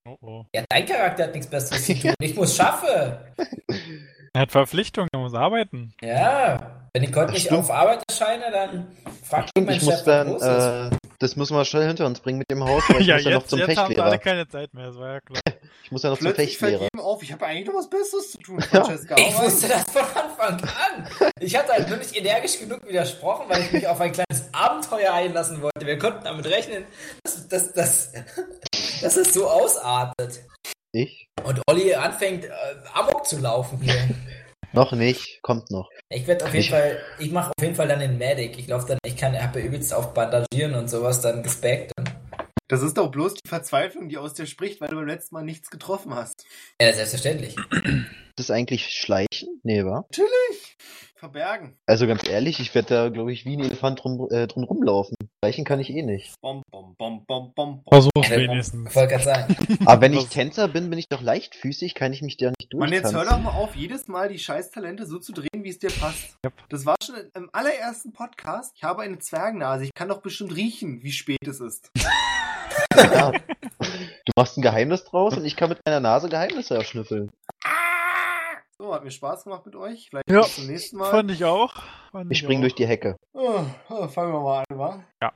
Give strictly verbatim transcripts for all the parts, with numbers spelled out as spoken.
Oh oh. Ja, dein Charakter hat nichts Besseres zu tun. Ich muss schaffen. Er hat Verpflichtungen, er muss arbeiten. Ja, wenn ich heute Ach, nicht stimmt. auf Arbeit erscheine, dann fragt mich Stimmt, mein ich Chef, muss dann, was los ist. äh, das müssen wir schnell hinter uns bringen mit dem Haus, weil ich ja, muss ja noch jetzt, zum jetzt haben wir Fechtlehrer. alle keine Zeit mehr, das war ja klar. Ich muss ja noch zum Plötzlich fällt Fechtlehrer. jedem auf, ich habe eigentlich noch was Besseres zu tun, Francesca. Ich wusste das von Anfang an. Ich hatte halt nur nicht energisch genug widersprochen, weil ich mich auf ein kleines Abenteuer einlassen wollte. Wir konnten damit rechnen, dass, dass, dass, dass es so ausartet. Ich? Und Olli anfängt, äh, Amok zu laufen hier. Noch nicht, kommt noch. Ich werde auf jeden Ich- Fall, ich mache auf jeden Fall dann den Medic. Ich laufe dann, ich kann, habe ja übelst auf Bandagieren und sowas dann gespeckt. Das ist doch bloß die Verzweiflung, die aus dir spricht, weil du beim letzten Mal nichts getroffen hast. Ja, selbstverständlich. Das ist eigentlich Schleichen? Nee, wa? Natürlich! Verbergen. Also ganz ehrlich, ich werde da, glaube ich, wie ein Elefant drum, äh, drum rumlaufen. Schleichen kann ich eh nicht. Bom, bom, bom, bom, bom, bom. Versuch's Ja, wenigstens. Ich wollte gerade sagen. Aber wenn ich Tänzer bin, bin ich doch leichtfüßig, kann ich mich da nicht Mann, jetzt hör durchtanzen. doch mal auf, jedes Mal die Scheißtalente so zu drehen, wie es dir passt. Yep. Das war schon im allerersten Podcast. Ich habe eine Zwergennase. Ich kann doch bestimmt riechen, wie spät es ist. Ja. Du machst ein Geheimnis draus und ich kann mit meiner Nase Geheimnisse erschnüffeln. So, hat mir Spaß gemacht mit euch. Vielleicht Ja, bis zum nächsten Mal. Fand ich auch. Fand Ich spring auch. durch die Hecke. Oh, oh, fangen wir mal an, wa? Ja.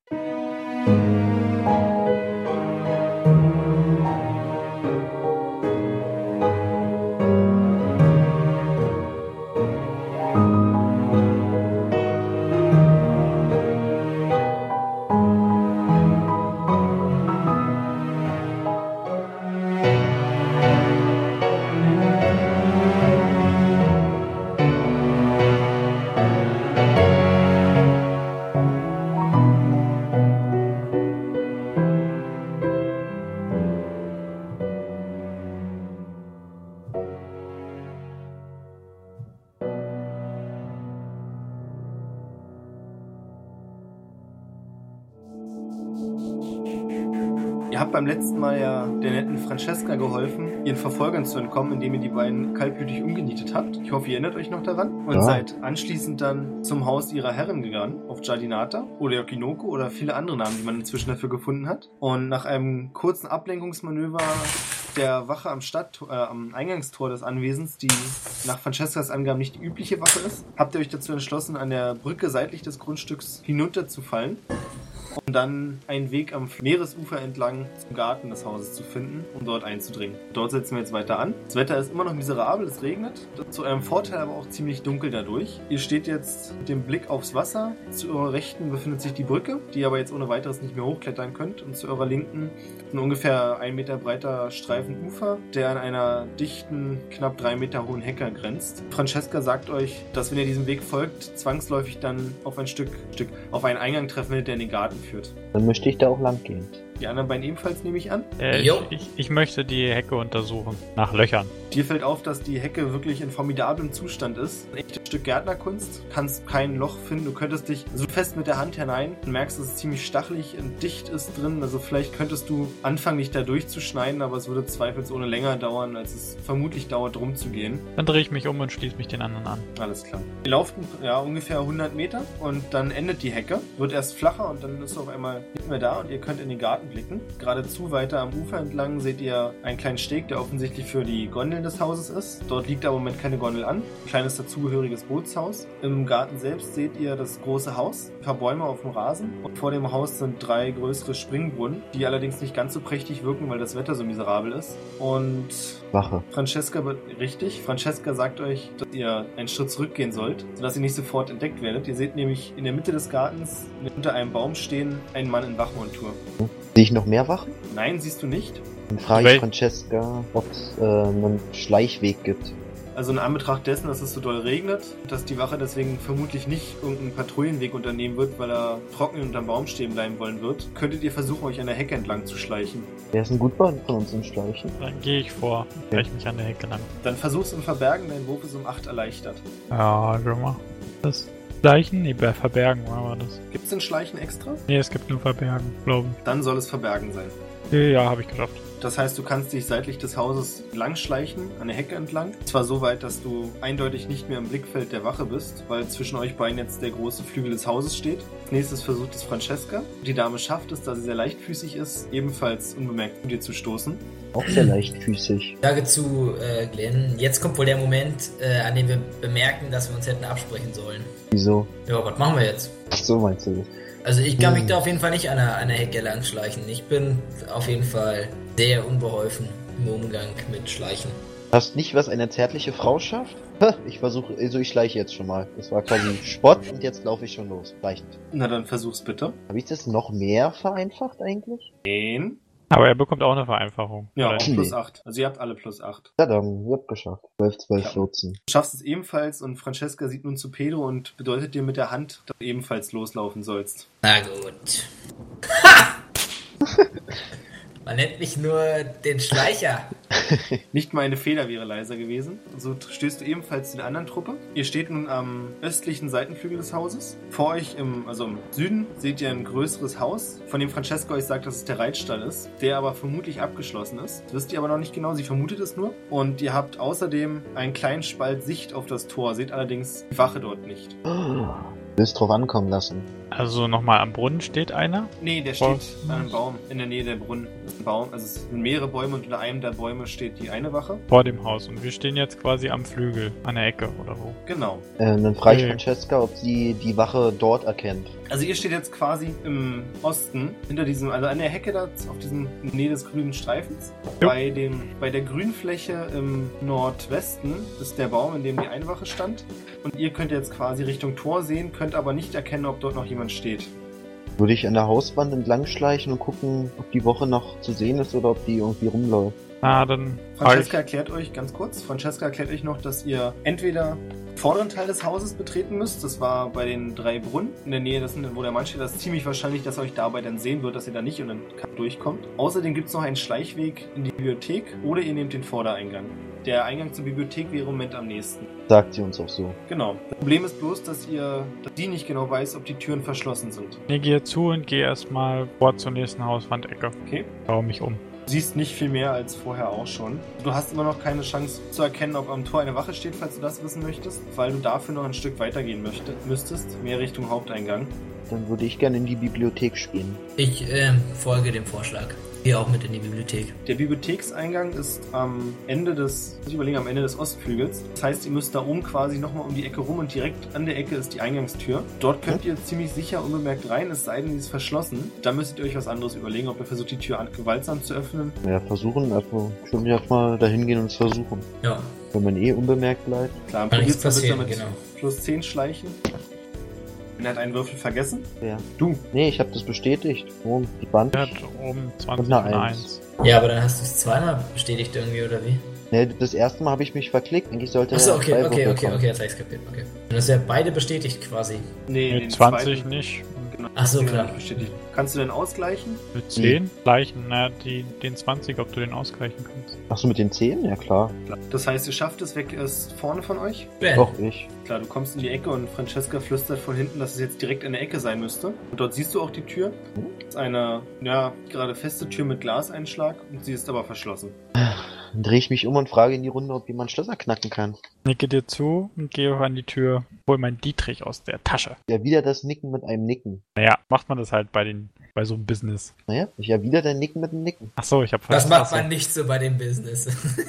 Ihr habt beim letzten Mal ja der netten Francesca geholfen, ihren Verfolgern zu entkommen, indem ihr die beiden kaltblütig umgenietet habt. Ich hoffe, ihr erinnert euch noch daran. Und Ja. seid anschließend dann zum Haus ihrer Herrin gegangen, auf Giardinata oder Yokinoko oder viele andere Namen, die man inzwischen dafür gefunden hat. Und nach einem kurzen Ablenkungsmanöver der Wache am Stadt, äh, am Eingangstor des Anwesens, die nach Francescas Angaben nicht die übliche Wache ist, habt ihr euch dazu entschlossen, an der Brücke seitlich des Grundstücks hinunterzufallen und dann einen Weg am Meeresufer entlang zum Garten des Hauses zu finden, um dort einzudringen. Dort setzen wir jetzt weiter an. Das Wetter ist immer noch miserabel, es regnet. Das ist zu eurem Vorteil aber auch ziemlich dunkel dadurch. Ihr steht jetzt mit dem Blick aufs Wasser. Zu eurer Rechten befindet sich die Brücke, die ihr aber jetzt ohne weiteres nicht mehr hochklettern könnt. Und zu eurer Linken ein ungefähr ein Meter breiter Streifen Ufer, der an einer dichten, knapp drei Meter hohen Hecke grenzt. Francesca sagt euch, dass wenn ihr diesem Weg folgt, zwangsläufig dann auf ein Stück, Stück auf einen Eingang treffen werdet, der in den Garten führt. Dann möchte ich da auch lang gehen. Die anderen beiden ebenfalls, nehme ich an. Äh, ich, Jo. ich, ich möchte die Hecke untersuchen. Nach Löchern. Dir fällt auf, dass die Hecke wirklich in formidablem Zustand ist. Ein echtes Stück Gärtnerkunst. Kannst kein Loch finden. Du könntest dich so fest mit der Hand hinein und merkst, dass es ziemlich stachelig und dicht ist drin. Also vielleicht könntest du anfangen, dich da durchzuschneiden, aber es würde zweifelsohne länger dauern, als es vermutlich dauert, drum zu gehen. Dann drehe ich mich um und schließe mich den anderen an. Alles klar. Ihr lauft ja, ungefähr hundert Meter und dann endet die Hecke. Wird erst flacher und dann ist sie auf einmal nicht mehr da und ihr könnt in den Garten blicken. Geradezu weiter am Ufer entlang seht ihr einen kleinen Steg, der offensichtlich für die Gondeln des Hauses ist. Dort liegt aber im Moment keine Gondel an. Ein kleines dazugehöriges Bootshaus. Im Garten selbst seht ihr das große Haus, ein paar Bäume auf dem Rasen und vor dem Haus sind drei größere Springbrunnen, die allerdings nicht ganz so prächtig wirken, weil das Wetter so miserabel ist. Und Wache. Francesca, richtig, Francesca sagt euch, dass ihr einen Schritt zurückgehen sollt, sodass ihr nicht sofort entdeckt werdet. Ihr seht nämlich in der Mitte des Gartens, unter einem Baum stehen, einen Mann in Wachmontur. Sehe ich noch mehr Wachen? Nein, siehst du nicht. Dann frage Wel- ich Francesca, ob es äh, einen Schleichweg gibt. Also in Anbetracht dessen, dass es so doll regnet, dass die Wache deswegen vermutlich nicht irgendeinen Patrouillenweg unternehmen wird, weil er trocken unterm Baum stehen bleiben wollen wird, könntet ihr versuchen, euch an der Hecke entlang zu schleichen. Wer ist ein Gutmann von uns im Schleichen? Dann gehe ich vor. Schleiche mich an der Hecke lang. Dann versuch's im Verbergen, dein Wurf ist um acht erleichtert. Ja, schon mal. Das Schleichen? Nee, bei Verbergen war das. Gibt's denn Schleichen extra? Nee, es gibt nur Verbergen, glaube Dann soll es Verbergen sein. ich. Ja, habe ich geschafft. Das heißt, du kannst dich seitlich des Hauses langschleichen, an der Hecke entlang. Zwar so weit, dass du eindeutig nicht mehr im Blickfeld der Wache bist, weil zwischen euch beiden jetzt der große Flügel des Hauses steht. Als nächstes versucht es Francesca. Die Dame schafft es, da sie sehr leichtfüßig ist, ebenfalls unbemerkt zu dir zu stoßen. Auch sehr leichtfüßig. Ich sage zu äh, Glenn, jetzt kommt wohl der Moment, äh, an dem wir bemerken, dass wir uns hätten absprechen sollen. Wieso? Ja, was machen wir jetzt? Ach so meinst du das? Also ich kann mich Hm. da auf jeden Fall nicht an der, an der Hecke lang schleichen. Ich bin auf jeden Fall sehr unbeholfen im Umgang mit Schleichen. Hast nicht, was eine zärtliche Frau schafft? Ha, ich versuche, also ich schleiche jetzt schon mal. Das war quasi Spott und jetzt laufe ich schon los. Schleichend. Na dann versuch's bitte. Habe ich das noch mehr vereinfacht eigentlich? Zehn. Aber er bekommt auch eine Vereinfachung. Ja, Oder? auch plus acht. Also ihr habt alle plus acht. Ja dann, ihr habt geschafft. zwölf, zwölf, Ja. vierzehn. Du schaffst es ebenfalls und Francesca sieht nun zu Pedro und bedeutet dir mit der Hand, dass du ebenfalls loslaufen sollst. Na gut. Man nennt mich nur den Schleicher. Nicht mal eine Feder wäre leiser gewesen. So stößt du ebenfalls zu der anderen Truppe. Ihr steht nun am östlichen Seitenflügel des Hauses. Vor euch, im, also im Süden, seht ihr ein größeres Haus, von dem Francesca euch sagt, dass es der Reitstall ist, der aber vermutlich abgeschlossen ist. Das wisst ihr aber noch nicht genau, sie vermutet es nur. Und ihr habt außerdem einen kleinen Spalt Sicht auf das Tor, seht allerdings die Wache dort nicht. Willst drauf ankommen lassen. Also nochmal am Brunnen steht einer. Nee, der Voll. steht an einem Baum in der Nähe der Brunnen. Das ist ein Baum, also es sind mehrere Bäume und unter einem der Bäume steht die eine Wache. Vor dem Haus. Und wir stehen jetzt quasi am Flügel, an der Ecke oder wo. Genau. Äh, dann frage ich Okay. Francesca, ob sie die Wache dort erkennt. Also ihr steht jetzt quasi im Osten, hinter diesem, also an der Hecke da, auf diesem in der Nähe des grünen Streifens. Jo. Bei dem, bei der Grünfläche im Nordwesten ist der Baum, in dem die Einwache stand. Und ihr könnt jetzt quasi Richtung Tor sehen, könnt aber nicht erkennen, ob dort noch jemand steht. Würde ich an der Hauswand entlang schleichen und gucken, ob die Woche noch zu sehen ist oder ob die irgendwie rumläuft. Na, dann frage Francesca ich. erklärt euch, ganz kurz, Francesca erklärt euch noch, dass ihr entweder den vorderen Teil des Hauses betreten müsst, das war bei den drei Brunnen in der Nähe, dessen, wo der Mann steht, das ist ziemlich wahrscheinlich, dass ihr euch dabei dann sehen wird, dass ihr da nicht und dann durchkommt. Außerdem gibt es noch einen Schleichweg in die Bibliothek oder ihr nehmt den Vordereingang. Der Eingang zur Bibliothek wäre im Moment am nächsten. Sagt sie uns auch so. Genau. Das Problem ist bloß, dass ihr, dass die nicht genau weiß, ob die Türen verschlossen sind. Ich gehe zu und gehe erstmal vor zur nächsten Hauswandecke. Okay? Schaue mich um. Du siehst nicht viel mehr als vorher auch schon. Du hast immer noch keine Chance zu erkennen, ob am Tor eine Wache steht, falls du das wissen möchtest, weil du dafür noch ein Stück weitergehen möchte, müsstest, mehr Richtung Haupteingang. Dann würde ich gerne in die Bibliothek spielen. Ich äh, folge dem Vorschlag. Gehe auch mit in die Bibliothek. Der Bibliothekseingang ist am Ende des, ich überlege, am Ende des Ostflügels. Das heißt, ihr müsst da oben quasi nochmal um die Ecke rum und direkt an der Ecke ist die Eingangstür. Dort könnt ihr ziemlich sicher unbemerkt rein, es sei denn, sie ist verschlossen. Da müsstet ihr euch was anderes überlegen, ob ihr versucht, die Tür an- gewaltsam zu öffnen. Ja, versuchen, also schon erstmal dahin gehen und es versuchen. Ja, Wenn man eh unbemerkt bleibt. Klar, kann nichts probiert's dann bitte passieren, mit genau. plus zehn schleichen. Er hat einen Würfel vergessen. Ja. Du. Nee, ich habe das bestätigt. Oh, die Band. Er hat oben zwanzig Und und eine eins. Ja, aber dann hast du es zweimal bestätigt irgendwie, oder wie? Nee, das erste Mal habe ich mich verklickt. Eigentlich sollte Achso, er okay, zwei okay, Würfel okay, kommen. okay, jetzt hab ich's kapiert, okay. Dann ist ja beide bestätigt quasi. Nee, Mit den zwanzig zweiten- nicht. Genau, Ach so, den klar. hab ich bestätigt. Kannst du denn ausgleichen? Mit zehn? Gleichen, na, die, den zwanzig, ob du den ausgleichen kannst. Achso, mit den Zehen? Ja, klar. Das heißt, ihr schafft es weg, ist vorne von euch. Ben. Doch, ich. Klar, du kommst in die Ecke und Francesca flüstert von hinten, dass es jetzt direkt in der Ecke sein müsste. Und dort siehst du auch die Tür. Das ist eine, ja, gerade feste Tür mit Glaseinschlag und sie ist aber verschlossen. Dann drehe ich mich um und frage in die Runde, ob jemand Schlösser knacken kann. Nicke dir zu und gehe an die Tür, hol mein Dietrich aus der Tasche. Ja, wieder das Nicken mit einem Nicken. Naja, macht man das halt bei den bei so einem Business. Naja, ich ja wieder dein Nicken mit dem Nicken. Ach so, ich habe Das macht man nicht so bei dem Business.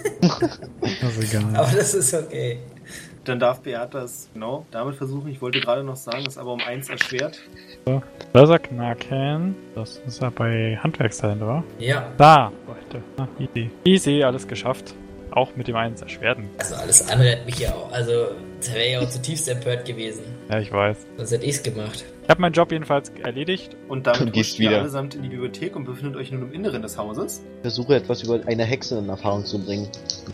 Das ist egal. Aber das ist okay. Dann darf Beata es genau damit versuchen. Ich wollte gerade noch sagen, ist aber um eins erschwert. Schlösser knacken. Das ist ja bei Handwerkstalent, oder? Ja, Da, Leute. Ah, easy. Easy, alles geschafft. Auch mit dem eins erschwerten. also alles andere hat mich ja auch, also das wäre ja auch zutiefst empört gewesen. Ja, ich weiß. Sonst hätte ich's gemacht. Ich habe meinen Job jedenfalls erledigt. Und damit Und gehst rutscht ihr wieder. allesamt in die Bibliothek und befindet euch nun im Inneren des Hauses. Ich versuche etwas über eine Hexe in Erfahrung zu bringen.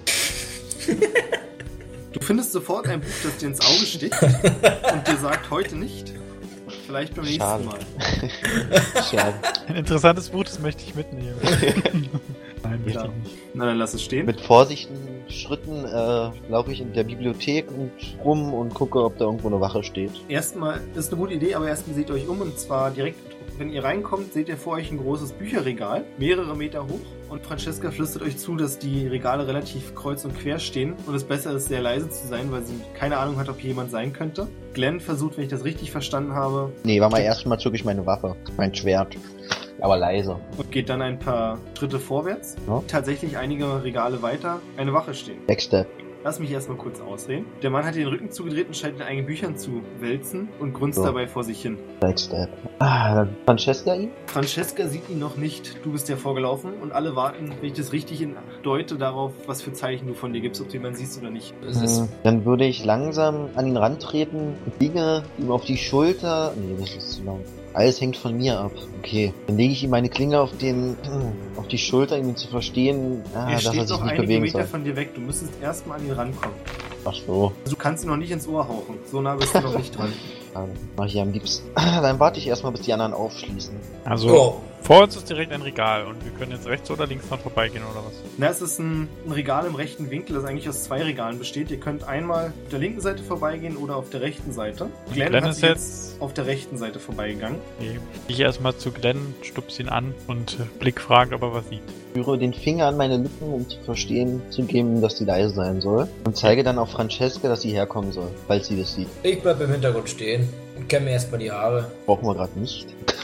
Du findest sofort ein Buch, das dir ins Auge sticht und dir sagt, heute nicht. Vielleicht beim nächsten Schade. Mal. Schade. Ein interessantes Buch, das möchte ich mitnehmen. Nein, möchte Ja. ich nicht. Na, dann lass es stehen. Mit vorsichtigen Schritten äh, laufe ich in der Bibliothek und rum und gucke, ob da irgendwo eine Wache steht. Erstmal ist eine gute Idee, aber erstmal seht ihr euch um und zwar direkt, wenn ihr reinkommt, seht ihr vor euch ein großes Bücherregal, mehrere Meter hoch und Francesca flüstert euch zu, dass die Regale relativ kreuz und quer stehen und es besser ist, sehr leise zu sein, weil sie keine Ahnung hat, ob hier jemand sein könnte. Glenn versucht, wenn ich das richtig verstanden habe... Nee, war mal erstmal zücke ich meine Waffe, mein Schwert. Aber leise. Und geht dann ein paar Schritte vorwärts. Ja. Tatsächlich einige Regale weiter eine Wache stehen. Backstep. Lass mich erstmal kurz ausreden. Der Mann hat den Rücken zugedreht und scheint in eigenen Büchern zu wälzen und grunzt So. dabei vor sich hin. Backstep. Ah, dann Francesca ihn? Francesca sieht ihn noch nicht. Du bist ja vorgelaufen und alle warten, wenn ich das richtig deute, darauf, was für Zeichen du von dir gibst, ob du jemanden siehst oder nicht. Das ist, Hm, Dann würde ich langsam an ihn rantreten, biege ihm auf die Schulter. Nee, das ist zu lang. Alles hängt von mir ab. Okay. Dann lege ich ihm meine Klinge auf den, auf die Schulter, um ihn zu verstehen, ah, er dass er steht sich noch nicht einige bewegen Meter soll. von dir weg. Du müsstest erstmal an ihn rankommen. Ach so. Also du kannst ihn noch nicht ins Ohr hauchen. So nah bist du noch nicht dran. Dann mach ich am liebsten. Dann warte ich erstmal, bis die anderen aufschließen. Also, oh, vor uns ist direkt ein Regal und wir können jetzt rechts oder links noch vorbeigehen oder was? Na, es ist ein, ein Regal im rechten Winkel, das eigentlich aus zwei Regalen besteht. Ihr könnt einmal auf der linken Seite vorbeigehen oder auf der rechten Seite. Glenn, Glenn hat ist sich jetzt- auf der rechten Seite vorbeigegangen. Okay. Ich erstmal zu Glenn, stups ihn an und äh, Blick fragt, ob er was sieht. Führe den Finger an meine Lippen, um zu verstehen, zu geben, dass sie leise sein soll. Und zeige dann auf Francesca, dass sie herkommen soll, falls sie das sieht. ich bleib im Hintergrund stehen und kämme mir erstmal die Haare. Brauchen wir gerade nicht.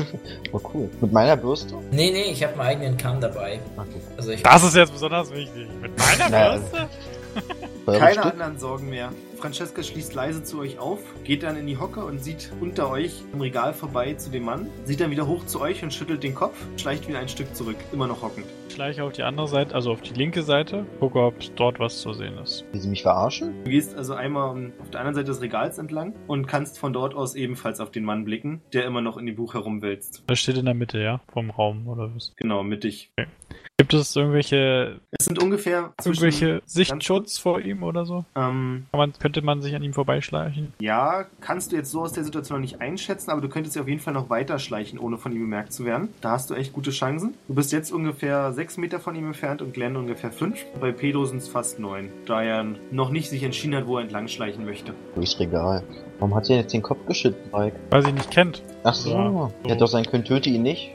Oh cool. Mit meiner Bürste? Nee, nee, ich habe meinen eigenen Kamm dabei. Okay. Also ich Das ist jetzt besonders wichtig. Mit meiner Naja, Bürste? Eure Keine Stück? anderen Sorgen mehr. Francesca schließt leise zu euch auf, geht dann in die Hocke und sieht unter euch im Regal vorbei zu dem Mann, sieht dann wieder hoch zu euch und schüttelt den Kopf, schleicht wieder ein Stück zurück, immer noch hockend. Ich schleiche auf die andere Seite, also auf die linke Seite, gucke, ob dort was zu sehen ist. Will sie mich verarschen? Du gehst also einmal auf der anderen Seite des Regals entlang und kannst von dort aus ebenfalls auf den Mann blicken, der immer noch in dem Buch herumwälzt. Das steht in der Mitte, ja? Vom Raum oder was? Genau, mittig. Gibt es irgendwelche, Es sind ungefähr zwischen... irgendwelche Sichtschutz vor ihm oder so? Ähm, Kann man, könnte man sich an ihm vorbeischleichen? ja, kannst du jetzt so aus der Situation noch nicht einschätzen, aber du könntest ja auf jeden Fall noch weiter schleichen, ohne von ihm bemerkt zu werden. Da hast du echt gute Chancen. Du bist jetzt ungefähr sechs Meter von ihm entfernt und Glenn ungefähr fünf. Bei Pedro sind es fast neun, da er noch nicht sich entschieden hat, wo er entlang schleichen möchte. Durchs Regal. Warum hat sie jetzt den Kopf geschüttelt, Mike? Weil sie ihn nicht kennt. Ach so. Ja. Hätte doch sein können, töte ihn nicht.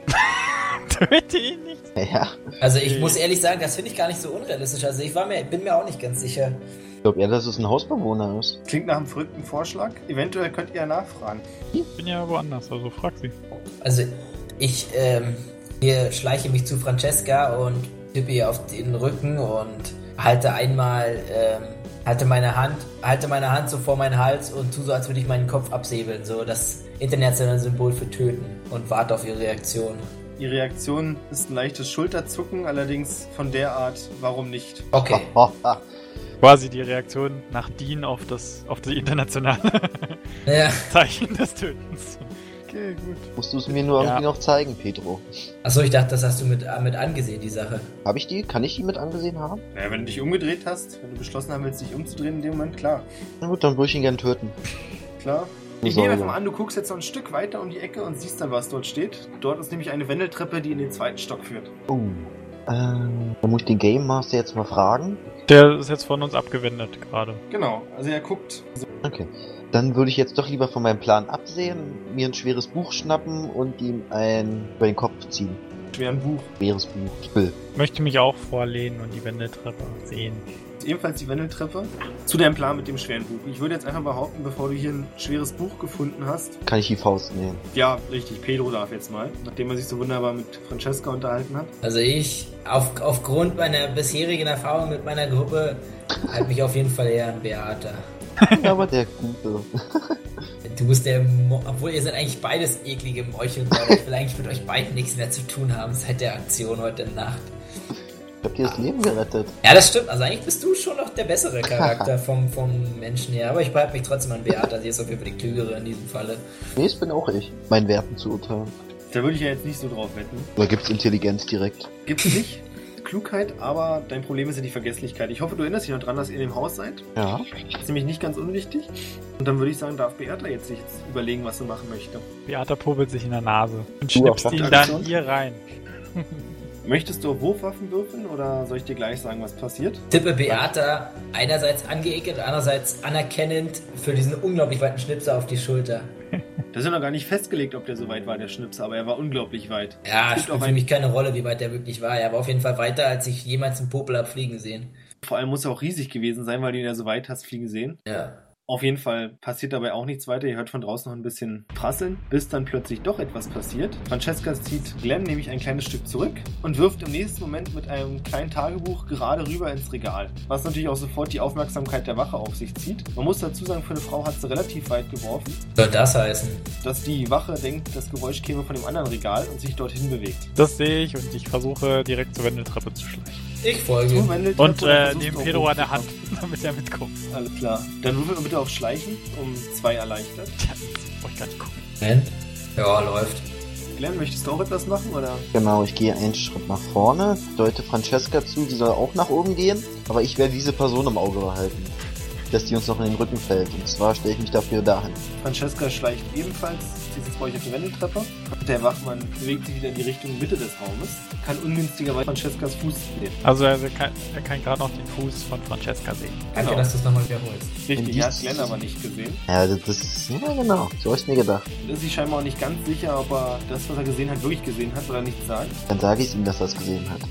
Töte ihn nicht. Ja. Also ich muss ehrlich sagen, das finde ich gar nicht so unrealistisch. Also ich war mir, bin mir auch nicht ganz sicher. Ich glaube eher, dass es ein Hausbewohner ist. Klingt nach einem verrückten Vorschlag. Eventuell könnt ihr ja nachfragen. Ich bin ja woanders, also frag sie. Also ich ähm, hier schleiche mich zu Francesca und tippe ihr auf den Rücken und halte einmal, ähm, halte meine Hand, halte meine Hand so vor meinen Hals und tu so, als würde ich meinen Kopf absäbeln. So das internationale Symbol für töten und warte auf ihre Reaktion. Die Reaktion ist ein leichtes Schulterzucken, allerdings von der Art, warum nicht? Okay. Ha, ha, ha. Quasi die Reaktion nach Dean auf das, auf die internationale Ja. Zeichen des Tötens. Okay, gut. Musst du es mir nur Ja. irgendwie noch zeigen, Pedro? Achso, ich dachte, das hast du mit, mit angesehen, die Sache. Habe ich die? Kann ich die mit angesehen haben? Naja, wenn du dich umgedreht hast, wenn du beschlossen haben willst, dich umzudrehen in dem Moment, klar. Na gut, dann würde ich ihn gern töten. Klar. Ich So, nehme ja. einfach mal an, du guckst jetzt noch ein Stück weiter um die Ecke und siehst dann, was dort steht. Dort ist nämlich eine Wendeltreppe, die in den zweiten Stock führt. Oh. Ähm, dann muss ich den Game Master jetzt mal fragen. Der ist jetzt von uns abgewendet gerade. Genau, also er guckt. Okay. Dann würde ich jetzt doch lieber von meinem Plan absehen, mir ein schweres Buch schnappen und ihm ein über den Kopf ziehen. Schweren Buch. Schweres Buch. Ich will. Möchte mich auch vorlehnen und die Wendeltreppe sehen. Ebenfalls die Wendeltreppe. Zu deinem Plan mit dem schweren Buch. Ich würde jetzt einfach behaupten, bevor du hier ein schweres Buch gefunden hast. Kann ich die Faust nehmen? Ja, richtig, Pedro darf jetzt mal. Nachdem er sich so wunderbar mit Francesca unterhalten hat. Also ich, auf, aufgrund meiner bisherigen Erfahrung mit meiner Gruppe, halte mich auf jeden Fall eher an Beata. Aber der Gute. Du bist der, Mo obwohl ihr seid eigentlich beides eklige Meuchelmörder. Ich will eigentlich mit euch beiden nichts mehr zu tun haben seit der Aktion heute Nacht. Ich hab dir das Leben gerettet. Ja, das stimmt. Also eigentlich bist du schon noch der bessere Charakter vom, vom Menschen her. Aber ich bleibe mich trotzdem an Beata. Sie ist auf jeden Fall die Klügere in diesem Falle. Nee, es bin auch ich. Meinen Werten zu urteilen. Da würde ich ja jetzt nicht so drauf wetten. Oder gibt's Intelligenz direkt? Gibt's nicht. Klugheit, aber dein Problem ist ja die Vergesslichkeit. Ich hoffe, du erinnerst dich noch dran, dass ihr in dem Haus seid. Ja. Das ist nämlich nicht ganz unwichtig. Und dann würde ich sagen, darf Beata jetzt sich jetzt überlegen, was sie machen möchte. Beata puppelt sich in der Nase und Du schnipst auch ihn Aktion? dann hier rein. Möchtest du auf Wurfwaffen würfeln oder soll ich dir gleich sagen, was passiert? Tippe Beata einerseits angeekelt, andererseits anerkennend für diesen unglaublich weiten Schnipser auf die Schulter. Das ist ja noch gar nicht festgelegt, ob der so weit war, der Schnipser, aber er war unglaublich weit. Ja, Es spielt gibt auch für ein, mich keine Rolle, wie weit der wirklich war. Er war auf jeden Fall weiter, als ich jemals einen Popel hab fliegen sehen. vor allem muss er auch riesig gewesen sein, weil du ihn ja so weit hast fliegen sehen. Ja. Auf jeden Fall passiert dabei auch nichts weiter. Ihr hört von draußen noch ein bisschen prasseln, bis dann plötzlich doch etwas passiert. Francesca zieht Glenn nämlich ein kleines Stück zurück und wirft im nächsten Moment mit einem kleinen Tagebuch gerade rüber ins Regal. Was natürlich auch sofort die Aufmerksamkeit der Wache auf sich zieht. Man muss dazu sagen, für eine Frau hat sie relativ weit geworfen, Soll das heißen? dass die Wache denkt, das Geräusch käme von dem anderen Regal und sich dorthin bewegt. Das sehe ich und ich versuche direkt zur Wendeltreppe zu schleichen. Ich folge. Du, Wendeltreppe, Und oder äh, versuchst nehme du auch Pedro an der Hand, hochzukommen? damit er mitkommt. Alles klar. Dann würfeln wir bitte auf Schleichen, um zwei erleichtert. Tja, das wollte ich gar nicht gucken. Moment. Ja, läuft. Glenn, möchtest du auch etwas machen, oder? Genau, ich gehe einen Schritt nach vorne, deute Francesca zu, sie soll auch nach oben gehen, aber ich werde diese Person im Auge behalten, dass die uns noch in den Rücken fällt. Und zwar stelle ich mich dafür dahin. Francesca schleicht ebenfalls, sie sitzt bei euch auf der Wendeltreppe. Der Wachmann bewegt sich wieder in die Richtung Mitte des Raumes, kann ungünstigerweise Francescas Fuß sehen. Also er kann, er kann gerade noch den Fuß von Francesca sehen. Danke, Genau. dass du es nochmal wiederholst. Richtig, Und er hat dies- Glenn aber nicht gesehen. Ja, das ist, ja genau, so habe ich mir gedacht. Da ist sich scheinbar auch nicht ganz sicher, ob er das, was er gesehen hat, wirklich gesehen hat oder nicht sagt. Dann sage ich ihm, dass er es gesehen hat.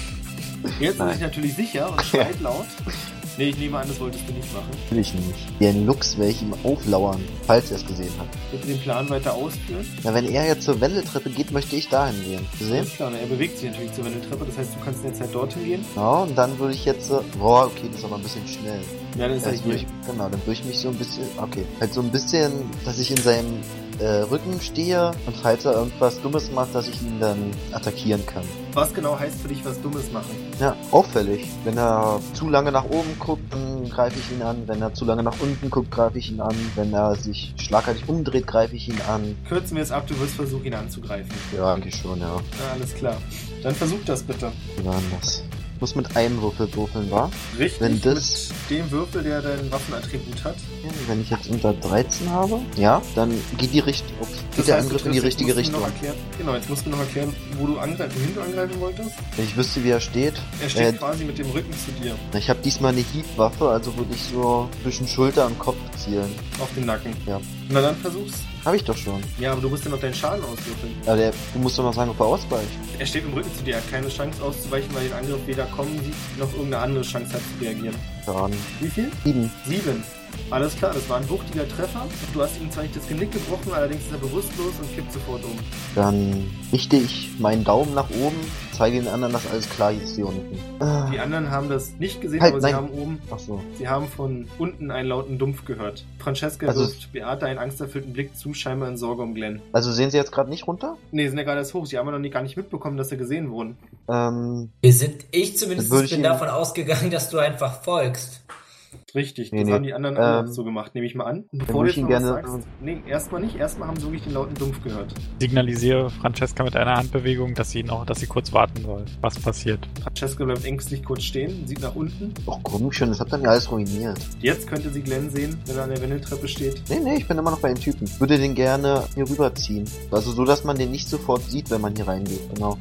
Jetzt ist er Nein. sich natürlich sicher und schreit laut. Nee, ich nehme an, das wolltest du nicht machen. Natürlich nicht. Wie ein Luchs werde ich ihm auflauern, falls er es gesehen hat. Bitte den Plan weiter ausführen. Na, wenn er jetzt zur Wendeltreppe geht, möchte ich dahin gehen. Gesehen? Alles klar, er bewegt sich natürlich zur Wendeltreppe, das heißt, du kannst in der Zeit dorthin gehen. Genau, und dann würde ich jetzt, äh, boah, okay, das ist aber ein bisschen schnell. Ja, dann ist er Also würde hier. ich, genau, dann würde ich mich so ein bisschen, okay, halt so ein bisschen, dass ich in seinem äh, Rücken stehe und falls er irgendwas Dummes macht, dass ich ihn dann attackieren kann. Was genau heißt für dich was Dummes machen? Ja, auffällig. Wenn er zu lange nach oben guckt, dann greife ich ihn an. Wenn er zu lange nach unten guckt, greife ich ihn an. Wenn er sich schlagartig umdreht, greife ich ihn an. Kürzen wir es ab, du wirst versuchen, ihn anzugreifen. Ja, eigentlich schon, ja. Ja, alles klar. Dann versuch das bitte. Wie war denn das? Ich muss mit einem Würfel würfeln, wa? Richtig, Wenn das- mit dem Würfel, der dein Waffenattribut hat. Ja, wenn ich jetzt unter dreizehn habe, ja, dann geht die Richt okay, geht der heißt, Angriff du in die triffst- richtige jetzt musst du Richtung. mir noch erklären, genau, jetzt musst du mir noch erklären, wo du angreifen, wohin du angreifen wolltest. Wenn ich wüsste, wie er steht. Er steht Äh, quasi mit dem Rücken zu dir, Ich habe diesmal eine Hiebwaffe, also würde ich so zwischen Schulter und Kopf zielen. auf den Nacken. Ja. Na dann versuch's. Habe ich doch schon. Ja, aber du musst ja noch deinen Schaden auswürfeln. Aber der, du musst doch noch sagen, ob er ausweicht. Er steht im Rücken zu dir, er hat keine Chance auszuweichen, weil den Angriff weder kommen sieht, noch irgendeine andere Chance hat zu reagieren. Daran. Wie viel? Sieben. Sieben. Alles klar, das war ein wuchtiger Treffer. Du hast ihm zwar nicht das Genick gebrochen, allerdings ist er bewusstlos und kippt sofort um. Dann richte ich meinen Daumen nach oben, zeige den anderen, dass alles klar ist hier unten. Ah, Die anderen haben das nicht gesehen, Halt, aber sie nein. haben oben, ach so. sie haben von unten einen lauten Dumpf gehört. Francesca Also- wirft Beate einen angsterfüllten Blick zu, scheinbar in Sorge um Glenn. Also sehen Sie jetzt gerade nicht runter? Nee, sind ja gerade erst hoch, sie haben ja noch nie, gar nicht mitbekommen, dass sie gesehen wurden. Ähm, Wir sind, ich zumindest Dann würde ich bin ihm- davon ausgegangen, dass du einfach folgst. Richtig, Nee, das nee. haben die anderen auch Ähm, so gemacht, nehme ich mal an. Und dann bevor du würde jetzt ich noch ihn was gerne- sagst, nee, erstmal nicht, erstmal haben sie wirklich den lauten Dumpf gehört. Signalisiere Francesca mit einer Handbewegung, dass sie noch, dass sie kurz warten soll. Was passiert? Francesca bleibt ängstlich kurz stehen, sieht nach unten. Och komm schon, das hat dann ja alles ruiniert. Jetzt könnte sie Glenn sehen, wenn er an der Wendeltreppe steht. Nee, nee, ich bin immer noch bei den Typen. Ich würde den gerne hier rüberziehen. Also so, dass man den nicht sofort sieht, wenn man hier reingeht. Genau.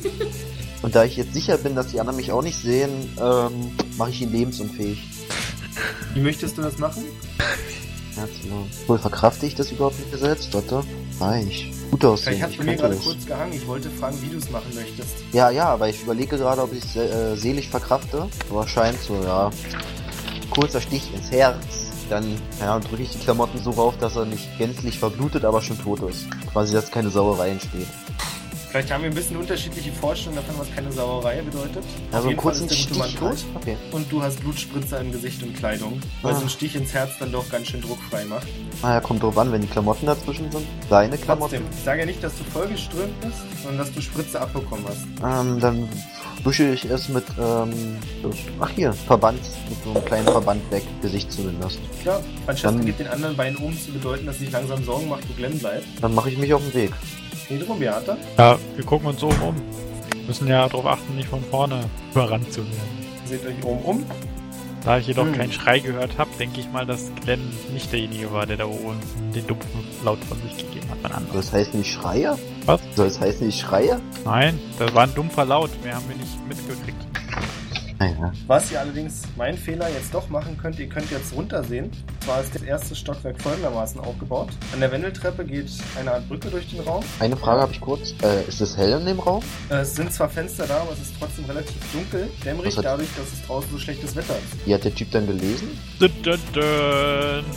Und da ich jetzt sicher bin, dass die anderen mich auch nicht sehen, ähm, mache ich ihn lebensunfähig. Wie möchtest du das machen? Herzlos. Wohl verkrafte ich das überhaupt nicht selbst, Lotte? Reich. Gut aussehen. Vielleicht hat Ich bei mir könnte gerade das. kurz gehangen. Ich wollte fragen, wie du es machen möchtest. Ja, ja, aber ich überlege gerade, ob ich es äh, seelisch verkrafte. Aber scheint so, ja. Kurzer Stich ins Herz. Dann, ja, drücke ich die Klamotten so rauf, dass er nicht gänzlich verblutet, aber schon tot ist. Quasi, dass keine Sauerei entsteht. Vielleicht haben wir ein bisschen unterschiedliche Vorstellungen davon, was keine Sauerei bedeutet. Also Auf einen jeden Fall kurzen ist der gute Mann Stich tot. tot? Okay. Und du hast Blutspritzer im Gesicht und Kleidung, weil Ah. so ein Stich ins Herz dann doch ganz schön druckfrei macht. Naja, kommt drauf an, wenn die Klamotten dazwischen sind. Deine Klamotten. Trotzdem, ich sage ja nicht, dass du vollgeströmt bist, sondern dass du Spritze abbekommen hast. Ähm, dann wische ich es mit, ähm, das- ach hier, Verband, mit so einem kleinen Verband weg, Gesicht zumindest. Klar, Francesca Dann- gibt den anderen beiden um zu bedeuten, dass sie sich langsam Sorgen macht, wo Glenn bleibt. Dann mache ich mich auf den Weg. Pedro, Beata? Ja, wir gucken uns oben um. Müssen ja darauf achten, nicht von vorne überrannt zu werden. Seht euch oben um. Da ich jedoch Hm. keinen Schrei gehört habe, denke ich mal, dass Glenn nicht derjenige war, der da oben den dumpfen Laut von sich gegeben hat. Ein Soll anderes. das heißen, ich schreie? Was? Soll das heißen, ich schreie? Nein, das war ein dumpfer Laut. Mehr haben wir nicht mitgekriegt. Ah, ja. Was ihr allerdings, mein Fehler, jetzt doch machen könnt, ihr könnt jetzt runtersehen. Und zwar ist das erste Stockwerk folgendermaßen aufgebaut. An der Wendeltreppe geht eine Art Brücke durch den Raum. Eine Frage habe ich kurz. Äh, ist es hell in dem Raum? Äh, Es sind zwar Fenster da, aber es ist trotzdem relativ dunkel, dämmerig, Was hat- dadurch, dass es draußen so schlechtes Wetter ist. Wie hat der Typ dann gelesen? Dun, dun, dun.